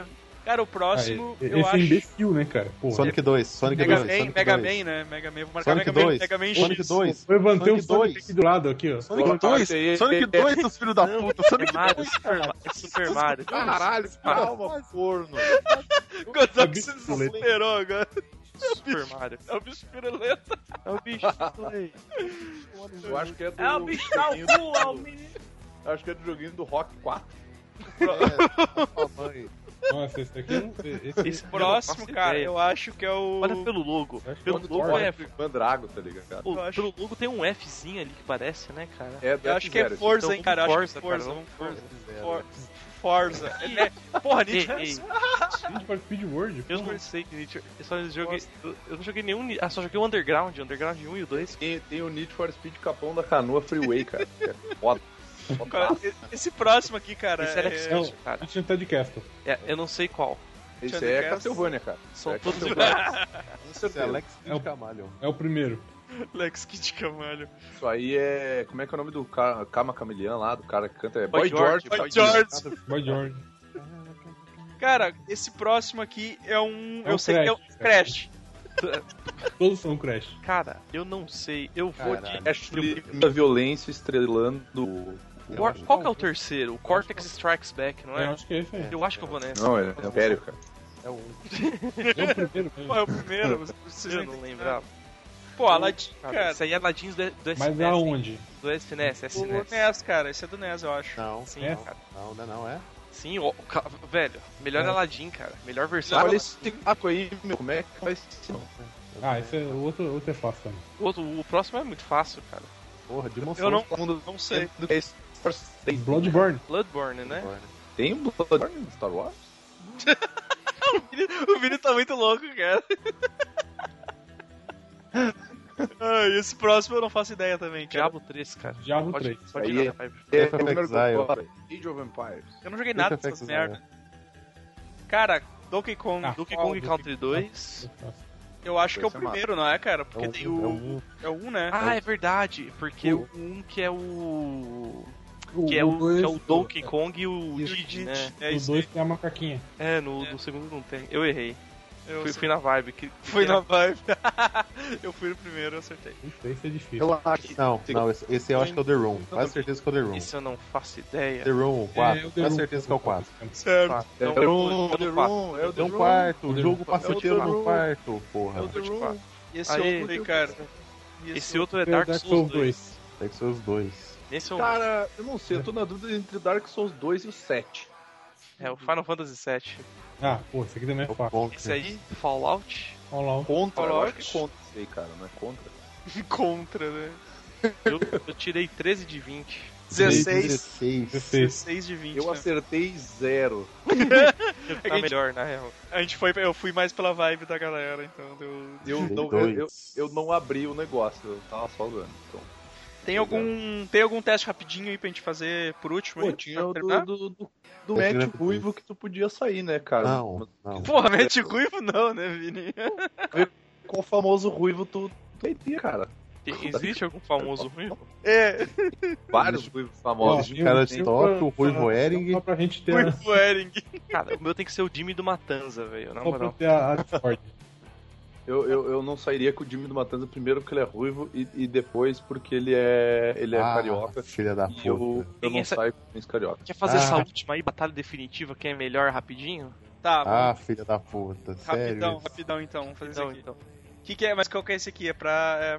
Cara, o próximo, Ah, eu esse acho... é imbecil, né, cara? Porra. Sonic dois, Sonic Mega dois, Man, Sonic Mega dois. Man, né? Mega Man, vou marcar Sonic Mega Man, dois, Mega Man Sonic X. dois. Eu levantei Sonic o Sonic dois. aqui do lado, aqui, ó. Sonic dois, Sonic dois, seus filhos da Não, puta, é Sonic Mario, dois. Super, Ma- é Super Mario. Caralho, calma, corno. Godok se superou agora. Super Mario. É o bicho piruleta. É o bicho play. Eu acho que é do. É o bicho da joguinho cu, é o do- menino. Acho que é do joguinho do Rock quatro. Mamãe. Nossa, esse daqui não. Esse, Esse Próximo, eu não faço cara, ideia. eu acho que é o... Olha pelo logo. Acho que Pelo é o logo Thor. é. Mandrago, tá ligado, cara? Pô, Eu acho- pelo logo tem um Fzinho ali que parece, né, cara? É do Eu acho que é F zero, Forza, Então, hein, cara. Eu acho Forza, que é Forza. cara, Vamos Forza. Zero. For- Forza. Ele é... Porra, Need for Ei, ei, Need for Speed World. eu porra. não sei que Need- eu só joguei. Eu eu não joguei nenhum. Ah, só joguei o Underground, Underground um e o dois. Tem, tem o Need for Speed Capão da Canoa Freeway, cara. que É foda. Cara, esse próximo aqui, cara, Esse era é... Não, X, cara. Isso é Ted Castle. É, eu não sei qual. Esse Thundercats. é Castlevania, cara. São É todos Castlevania. iguais. Com Esse é certeza. Alex É o- de Camalho. É o primeiro. Lex Kid Camalho. Isso aí é. Como é que é o nome do Ka- Kama Camelian lá, do cara que canta? É Boy Boy George. George, Boy George. Boy George. Cara, esse próximo aqui é um... É eu um sei que é um Crash. Crash. Todos são Crash. Cara, eu não sei. Eu vou Caralho. de. Ashley da violência estrelando o. Qual, qual que é o terceiro? O Cortex Strikes Back, não Eu é? acho que é esse aí. Eu acho que eu vou nessa. Não, é, é Império, cara. É um. É o primeiro mesmo. Pô, é o primeiro. Vocês Eu não lembrava. Pô, Aladdin, Cara, cara. isso aí é Aladdin do, do S Mas N E S. aonde? Do S N E S, O S N E S. N E S, cara. Esse é do N E S, eu acho. Não, Sim, É? cara. não, não, não é. Sim, ó, ca- velho, melhor É. Aladdin, cara. Melhor versão. Olha esse taco aí, meu. Como é que vai ser? Ah, esse é, o outro, o outro é fácil também. O, outro- o próximo é muito fácil, cara. Porra, Demon Eu não, Souls. não, não sei. Do que é esse- Tem, Bloodborne. Bloodborne, né? tem um Bloodborne no Star Wars? O Vini tá muito louco, cara. Ah, e esse próximo eu não faço ideia também, cara. Diablo três, cara. Diablo Pode, três. pode Aí ir, é- vai. É, Path of o primeiro que eu Exile. falo, Age of Empires. Eu não joguei nada Path of dessas Exile. merda. Cara, Donkey Kong, Ah, Donkey qual Kong do Country que- dois. eu acho que é o Esse é massa. primeiro, não é, cara? Porque É um- tem é o... um- É o um, né? Ah, é verdade, porque O- o um que é o. O, Que é o, dois- que é o Donkey Kong e o Isso. Diddy, né? É O isso dois aí. tem a macaquinha. É, no, no segundo não tem. Eu errei. Eu Fui, sei. fui na vibe. Que, que Fui era- na vibe. Eu fui no primeiro, eu acertei. Isso esse é difícil. Eu acho que Não, não, esse, esse eu acho que é o The Room. Quase certeza que é o The Room. Isso eu não faço ideia. The Room quatro. É, o The Quase Room. certeza que é o quatro. Certo. Ah, é então, o The eu Room, vou- é o The eu vou- Room, é o The É um Room. quarto, The o jogo Room. passageiro É o The no Room. quarto, porra. É o The Room. E esse Aê. outro aí, cara? E Esse outro é Tem o Dark Souls dois. Tem que ser os dois. Esse é o, Cara, eu não sei, eu tô na dúvida entre Dark Souls dois e o sete. é o Final Fantasy sete. Ah, pô, esse aqui também é O fácil. Conker. Esse aí, Fallout. Olha lá. Contra, eu Fallout. acho que é contra isso aí, cara, não é contra. Contra, né? Eu, eu tirei treze de vinte. dezesseis. dezesseis. dezesseis de vinte. Eu né? acertei zero. Tá gente- melhor, na real. A gente foi, eu fui mais pela vibe da galera, então deu. Eu Tirei não, dois. eu, eu não abri o negócio, eu tava só olhando. Então. Tem algum, tem algum teste rapidinho aí pra gente fazer por último? Pô, aí, tinha pra o terminar? do, do, do, do Eu queria match ver ruivo que tu podia sair, né, cara? Não, não. Porra, mete ruivo não, né, Vini? Com o famoso ruivo tu, tu iria, cara. E- Existe algum famoso ruivo? É, Vários ruivos famosos. Existe o cara de eu- top, eu- o Ruivo Ering. Só pra gente ter, a, ruivo Ering. Cara, o meu tem que ser o Jimmy do Matanza, velho. Na só pra moral. ter a, a Discord. Eu, eu, eu não sairia com o Jimmy do Matanza primeiro porque ele é ruivo e, e depois porque ele é, ele é Ah, carioca. filha da E eu, puta. eu Tem não essa- saio com esse carioca. Quer fazer Ah. essa última aí, batalha definitiva, quem é melhor rapidinho? Tá, Ah, vamos. filha da puta, sério. Rapidão, rapidão então, vamos fazer Então, isso aqui. então. Que que é? Mas qual que é esse aqui? É pra... É...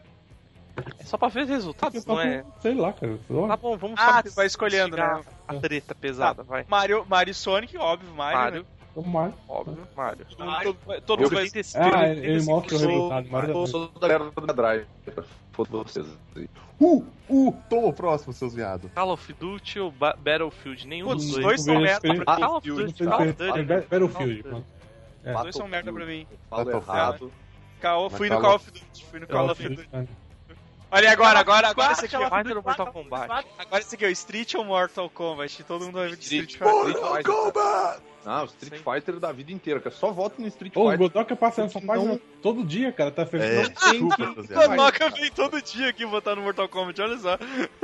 É só pra ver os resultados, não é? Sei lá, cara. Sei Tá lá. bom, vamos Ah, só tu vai escolhendo, chegar né? a treta pesada, vai. Mario, Mario e Sonic, óbvio, Mario. Mario, né? Vamos mais. óbvio, Mario. Todo mundo, todo, todo Eu mundo vai... oitenta e cinco, Ah, oitenta e ele cinco mostra o sou- resultado. Mario Eu da sou da galera do Mega Drive. Foda vocês. Uh, uh, toma o próximo, seus viados. Call of Duty ou Ba- Battlefield? Nenhum Putz, dos os dois. dois são vejo merda. diferente. pra- Call of Battlefield, Duty, Não Call sei of se- Duty. é Ba- Battlefield, Call of pronto. Os dois são merda pra mim. Falo Battlefield. errado. Call, fui Mas no Call Call of- of Duty, fui no Call Call of of Duty. Duty. Olha agora, agora, agora esse aqui, ó. Fighter ou Mortal Kombat? Agora esse aqui, ó, Street ou Mortal Kombat? Todo mundo vai ver de Street Street Fighter. Fighter. Não, Street Fighter da vida inteira, cara. Só voto no Street Ô, o Fighter. Godoka passa nessa Não. página todo dia, cara. Tá É, feliz. desculpa, seus O viados. Noca vem todo dia aqui votar no Mortal Kombat, olha só.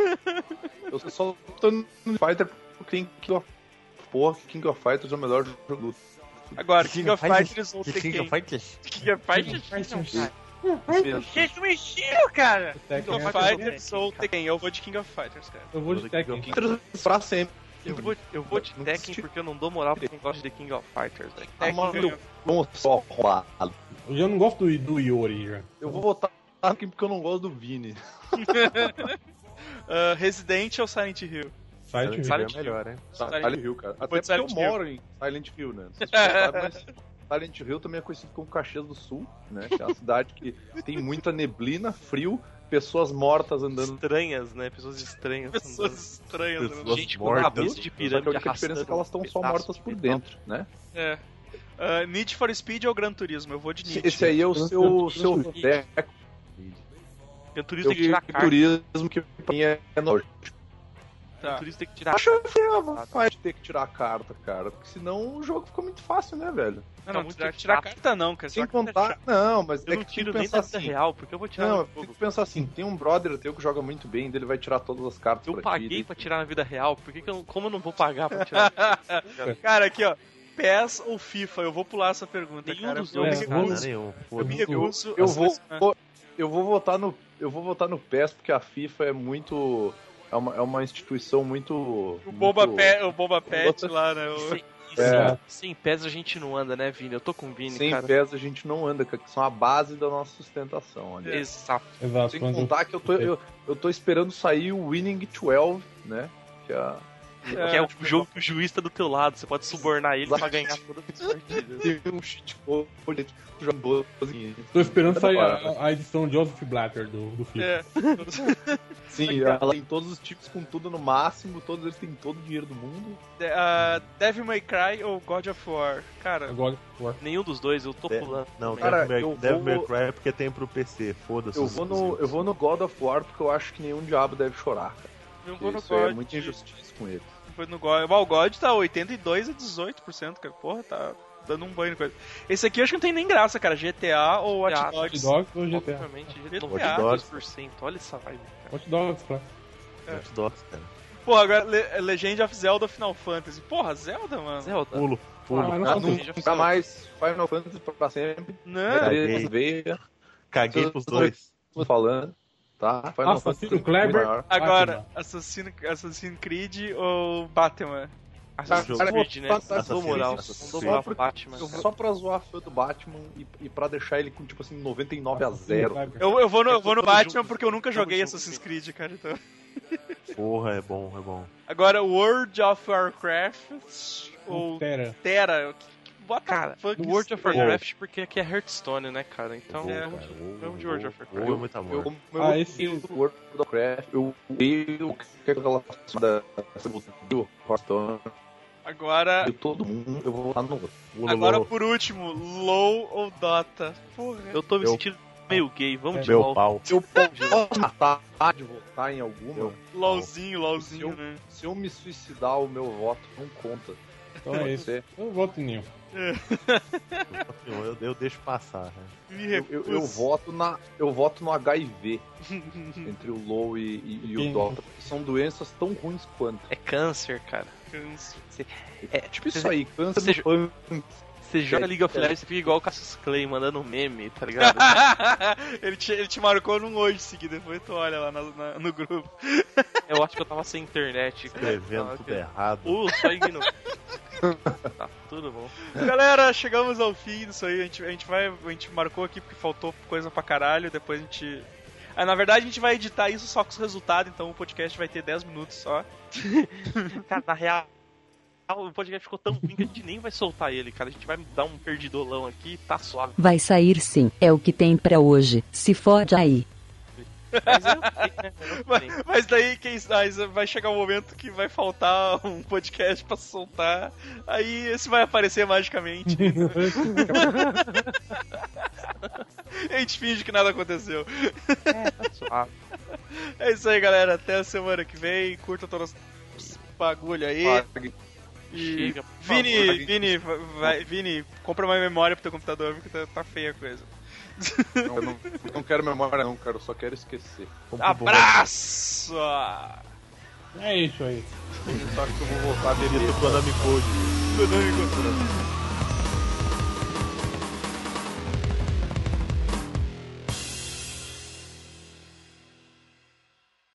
Eu só tô no Street Fighter porque King of... Porra, King of Fighters é o melhor jogo. Agora, King of Fighters ou Tekken? King of Fighters? King of Fighters? Gente, tu mexeu, cara! King of Fighters ou Tekken? Eu vou de King of Fighters, cara. Eu vou de Tekken. Pra sempre. Eu vou, eu vou de Tekken porque eu não dou moral pra quem gosta de King of Fighters, velho. Ah, mano, vamos só roubado. Eu já não gosto do, do Yori, já. Eu vou votar aqui porque eu não gosto do Vini. uh, Resident ou Silent Hill? Silent Hill Silent Hill é melhor, hein? Silent Hill, cara. Até porque Silent eu Hill. moro em Silent Hill, né? Não sei se você sabe, mas Silent Hill também é conhecido como Caxias do Sul, né? Que é uma cidade que tem muita neblina, frio, pessoas mortas andando. Estranhas, né? Pessoas estranhas. Pessoas estranhas. Pessoas né? Gente com mortas. cabeça de Só que a pirâmide única diferença é que elas estão só mortas por dentro, né? É. Uh, Need for Speed ou Gran Turismo? Eu vou de Need. Esse aí é o seu, seu Deco. Gran Turismo Eu tem que tirar que carta. turismo que pra mim é nojento. Gran Tá. Turismo tem que tirar Acho que é vai ter que tirar a carta, cara. Porque senão o jogo fica muito fácil, né, velho? Não, não, muito tirar, chato. tirar carta não, cara. Sem Tirar carta é contar. chato. Não, mas Eu é não que tiro tem nem que da pensar vida assim. real, porque eu vou tirar Não, no tem jogo. que pensar assim, tem um brother teu que joga muito bem, ele vai tirar todas as cartas Eu pra paguei ti. pra tirar na vida real, por que que eu, como eu não vou pagar pra tirar? Cara, aqui ó. P E S ou FIFA? Eu vou pular essa pergunta, Nenhum cara. dos eu dois, me cara. recuso, Nenhum. eu me Foda-se. recuso Eu a vou, selecionar. vou- eu vou votar no eu vou votar no P E S porque a FIFA é muito é uma, é uma instituição muito O Boba, muito- Pet, o Boba Pet Outra- lá, né? O... Sem, É. sem pés a gente não anda, né, Vini? Eu tô com o Vini, sem cara. pés a gente não anda, cara, que são a base da nossa sustentação. Olha. Exato. Exato. Sem quando- contar que eu tô, eu, eu tô esperando sair o Winning doze, né? Que é a Que é o jogo que o juiz tá do teu lado, você pode subornar ele pra ganhar todas as partidas. tem um cheat code que jogou doze. Tô esperando sair a, a edição Joseph Blatter do, do FIFA. É. Sim, ela tem todos os tipos com tudo no máximo, todos eles têm todo o dinheiro do mundo. De- uh, Devil May Cry ou God of War? Cara, Agora, agora. Nenhum dos dois, eu tô De- pulando. Não, Cara, Devil May- eu Devil vou- May Cry é porque tem pro P C, foda-se. Eu os vou, no, exclusivos. eu vou no God of War porque eu acho que nenhum diabo deve chorar, cara. eu Porque vou no isso aí é God. muita injustiça com ele. Foi no God. Bom, o God tá oitenta e dois a dezoito por cento, cara. Porra, tá dando um banho de coisa. Esse aqui eu acho que não tem nem graça, cara. G T A ou Watch G T A, Dogs? Hot Dogs ou G T A? Obviamente, G T A. noventa e dois por cento. Olha essa vibe, cara. Hot Dogs, claro. Hot Dogs, cara. Porra, agora Le Legend of Zelda Final Fantasy. Porra, Zelda, mano. Zelda. Pulo, pulo. Ah, mas não Ah, acontece. nunca mais Final Fantasy pra sempre. Não. Caguei. Veia, Caguei pros dois. tô falando, tá? Final Assassino Fantasy Kleber. maior. Agora, Batman. Assassin's, Assassin's Creed ou Batman? Assassin's Cara, Creed, né? Assassin's Não dou moral. Creed. Não dou Só moral porque- pro Batman. Eu cara. vou só pra zoar fã do Batman e, e pra deixar ele com, tipo assim, noventa e nove a zero. Eu, eu vou no, eu vou no Tamo Batman junto, porque eu nunca tamo joguei junto, Assassin's sim. Creed, cara. Então. Porra, é bom, é bom. Agora, World of Warcraft ou Terra. Terra? Bota Cara, fuck World of isso aí. Warcraft porque aqui é Hearthstone, né, cara? Então, Vou, é, cara. vamos de- Vou, vamos de vou, World of Warcraft. vou, muito amor. Eu, eu, Ah, eu, esse- eu, World of Warcraft, eu odeio que é aquela da do Hearthstone, Agora, eu todo mundo, eu vou votar no outro. Lula, agora Lula, por último, LoL ou Dota? Porra. Eu tô me Eu- sentindo meio gay, vamos de meu LOL. pau. Se eu posso matar de votar em alguma, Eu- LOLzinho, LOLzinho, Se eu- né? se eu me suicidar, o meu voto não conta. Então é isso. Você- Eu voto em nenhum. Eu, eu deixo passar, né? Me Eu, eu, eu recuso. voto na, eu voto no H I V entre o LoL e, e- e o Quem- Dota, porque são doenças tão ruins quanto. É câncer, cara. É, Tipo isso aí, câncer Você- do pâncreas. Você joga É, League of é. Legends e fica igual o Cassius Clay mandando meme, tá ligado? ele, te, ele te marcou num hoje seguido, depois tu olha lá na- na- no grupo. Eu acho que eu tava sem internet. cara. Escrevendo Ah, tudo ok. errado. Uh, só ignorou. Tá, tudo bom. Galera, chegamos ao fim disso aí. A gente, a gente vai. A gente marcou aqui porque faltou coisa pra caralho. Depois a gente. Ah, na verdade, a gente vai editar isso só com os resultados, então o podcast vai ter dez minutos só. Cara, na real, o podcast ficou tão ruim que a gente nem vai soltar ele, cara. A gente vai dar um perdidolão aqui, tá suave. Vai sair sim, é o que tem pra hoje. Se fode aí. Mas eu, né? Eu Mas, sei. mas daí quem sabe, vai chegar um momento que vai faltar um podcast pra soltar. Aí esse vai aparecer magicamente. A gente finge que nada aconteceu. Tá suave. É isso aí, galera. Até a semana que vem. Curta todos os bagulho aí. E Chega, por Vini, favor. Vini, vai, Vini, compra mais memória pro teu computador porque tá, tá feia a coisa. Não, eu não, eu não quero memória não, cara, eu só quero esquecer. Abraço! É isso aí. Só que eu vou voltar a beber. Isso, Konami Code. Konami Code.